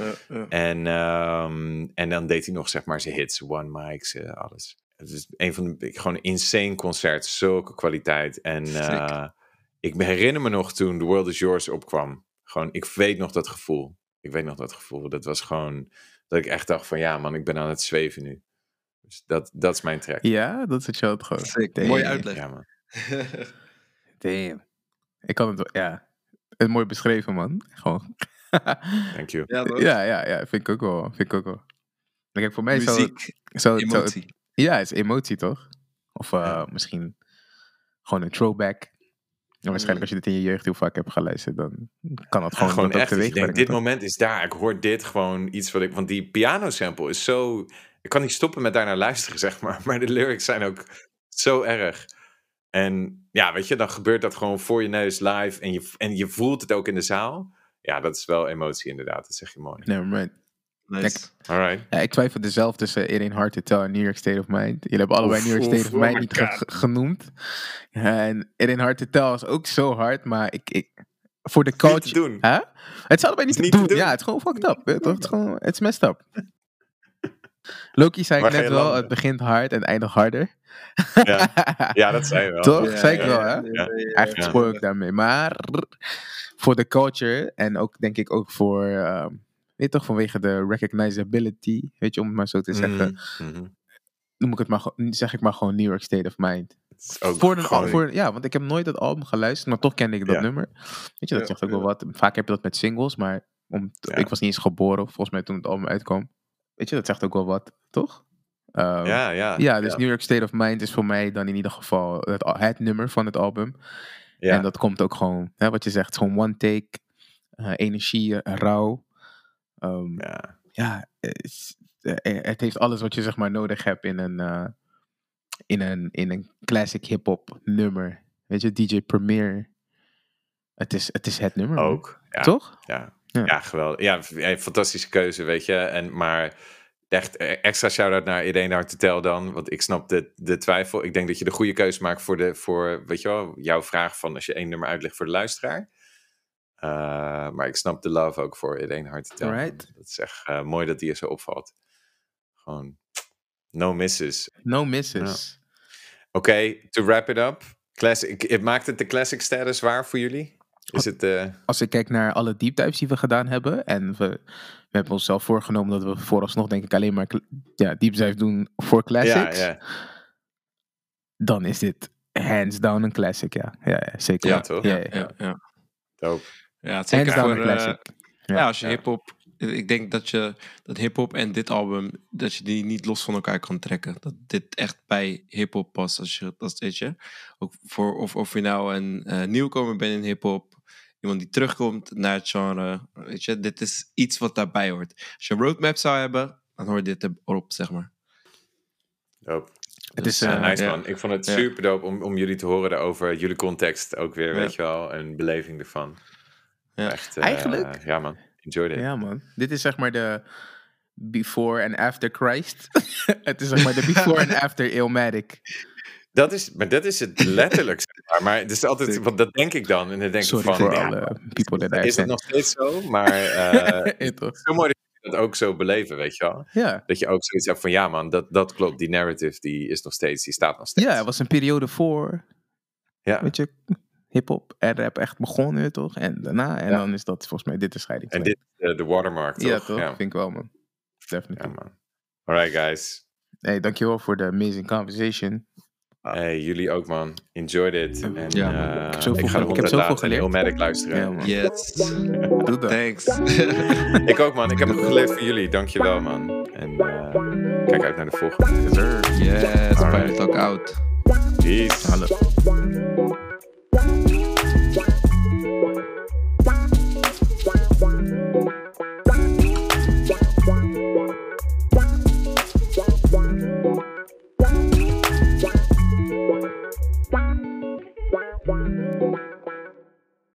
En dan deed hij nog, zeg maar, zijn hits. One mics, alles. Het is een van de... Gewoon een insane concert. Zulke kwaliteit. En ik herinner me nog toen The World Is Yours opkwam. Gewoon, ik weet nog dat gevoel. Dat was gewoon... Dat ik echt dacht van, ja man, ik ben aan het zweven nu. Dus dat is mijn track. Ja, dat is het show gewoon. Sick. Mooie uitleg. Ja, man. Damn. Ik kan het wel, ja. Het mooi beschreven, man. Gewoon. Thank you. Ja, toch? Ja, vind ik ook wel. Kijk, voor mij Muziek, zou emotie. ja, het is emotie, toch? Of misschien gewoon een throwback. En waarschijnlijk als je dit in je jeugd heel vaak hebt geluisterd, dan kan het gewoon echt. teweeg Ik denk, brengen, dit toch? moment is daar. Ik hoor dit gewoon iets wat ik... Want die piano sample is zo... Ik kan niet stoppen met daar naar luisteren, zeg maar. Maar de lyrics zijn ook zo erg. En ja, weet je, dan gebeurt dat gewoon voor je neus live. En je voelt het ook in de zaal. Ja, dat is wel emotie inderdaad. Dat zeg je mooi. Nevermind. Nice. Alright. Ja, ik twijfel zelf tussen It Ain't Hard To Tell en New York State of Mind. Jullie hebben allebei New York State of Mind niet genoemd. En It Ain't Hard To Tell is ook zo hard, maar ik voor de coach... Niet te doen. Huh? Het is allebei niet, Het is te niet doen. te doen. Ja, het is gewoon fucked up. Weet je toch? Het is gewoon, it's messed up. Loki zei ik Waar ga net je wel, landen? het begint hard en het eindigt harder. Ja, dat zei je wel. Toch? Ja, zei ik ja, wel, ja, hè? ja, Hij heeft ja. gesproken daarmee. Maar voor de culture en ook denk ik ook voor... weet je toch, vanwege de recognizability, weet je, om het maar zo te zeggen, noem ik het maar, zeg ik maar gewoon New York State of Mind. Het is ook Ja, want ik heb nooit dat album geluisterd, maar toch kende ik dat Ja. nummer. Weet je, dat zegt ook wel wat. Vaak heb je dat met singles, maar ik was niet eens geboren, volgens mij toen het album uitkwam. Weet je, dat zegt ook wel wat, toch? Ja, dus New York State of Mind is voor mij dan in ieder geval het nummer van het album. Ja. En dat komt ook gewoon, hè, wat je zegt, gewoon one take, energie, rauw. Het heeft alles wat je zeg maar nodig hebt in een classic hip-hop nummer. Weet je, DJ Premier. Het is het nummer. man. Ook. Ja. Toch? Ja, geweldig. Ja, fantastische keuze, weet je. Maar echt extra shout-out naar It Ain't Hard To Tell dan. Want ik snap de twijfel. Ik denk dat je de goede keuze maakt voor weet je wel, jouw vraag van als je één nummer uitlegt voor de luisteraar. Maar ik snap de love ook voor It Ain't Hard To Tell. Right. Dat is echt mooi dat die er zo opvalt. Gewoon no misses. No misses. Oké, to wrap it up. Maakt het de classic status waar voor jullie? Is het... Als ik kijk naar alle deep dives die we gedaan hebben. En we hebben onszelf voorgenomen dat we vooralsnog denk ik alleen maar deep dive doen voor classics. Ja. Dan is dit hands down een classic, ja. Ja, zeker. Ja, toch? Ja. Dope. Ja, het is zeker Hands down voor... een classic. Ja, als je hip-hop... Ik denk dat hip-hop en dit album, dat je die niet los van elkaar kan trekken. Dat dit echt bij hip-hop past, weet je. Ook of je nou een nieuwkomer bent in hip-hop, iemand die terugkomt naar het genre, weet je. Dit is iets wat daarbij hoort. Als je een roadmap zou hebben, dan hoort dit erop, zeg maar. Dope. Het is nice man. Ik vond het super dope om jullie te horen daarover. Jullie context ook weer, weet je wel. Een beleving ervan. Ja. Echt, Eigenlijk... ja man, enjoyed it. Ja man. Dit is zeg maar de before and after Christ. Het is zeg maar de before and after Illmatic. Dat is het letterlijk, zeg maar. Maar het is altijd, want dat denk ik dan. En dan denk ik Sorry van, voor alle people that I is het nog steeds zo? Maar het is zo mooi dat je dat ook zo beleven, weet je wel? Ja. Dat je ook zoiets hebt van, ja man, dat klopt. Die narrative, die staat nog steeds. Ja, het was een periode voor, weet je, hip-hop en rap echt begonnen, toch? En daarna, en dan is dat volgens mij dit de scheiding. En dit de watermark, toch? Ja, toch? Vind ik wel, man. Definitely. Ja, man. Alright, guys. Hey, dankjewel voor de amazing conversation. Hey, jullie ook, man. Enjoy dit. En, ik ga de hond uitlaten en Illmatic luisteren. Ja, man. Yes. Doe dat. Thanks. Ik ook, man. Ik heb nog geleerd van jullie. Dankjewel, man. En kijk uit naar de volgende. Yes, Pilot Talk out. Peace. Hallo.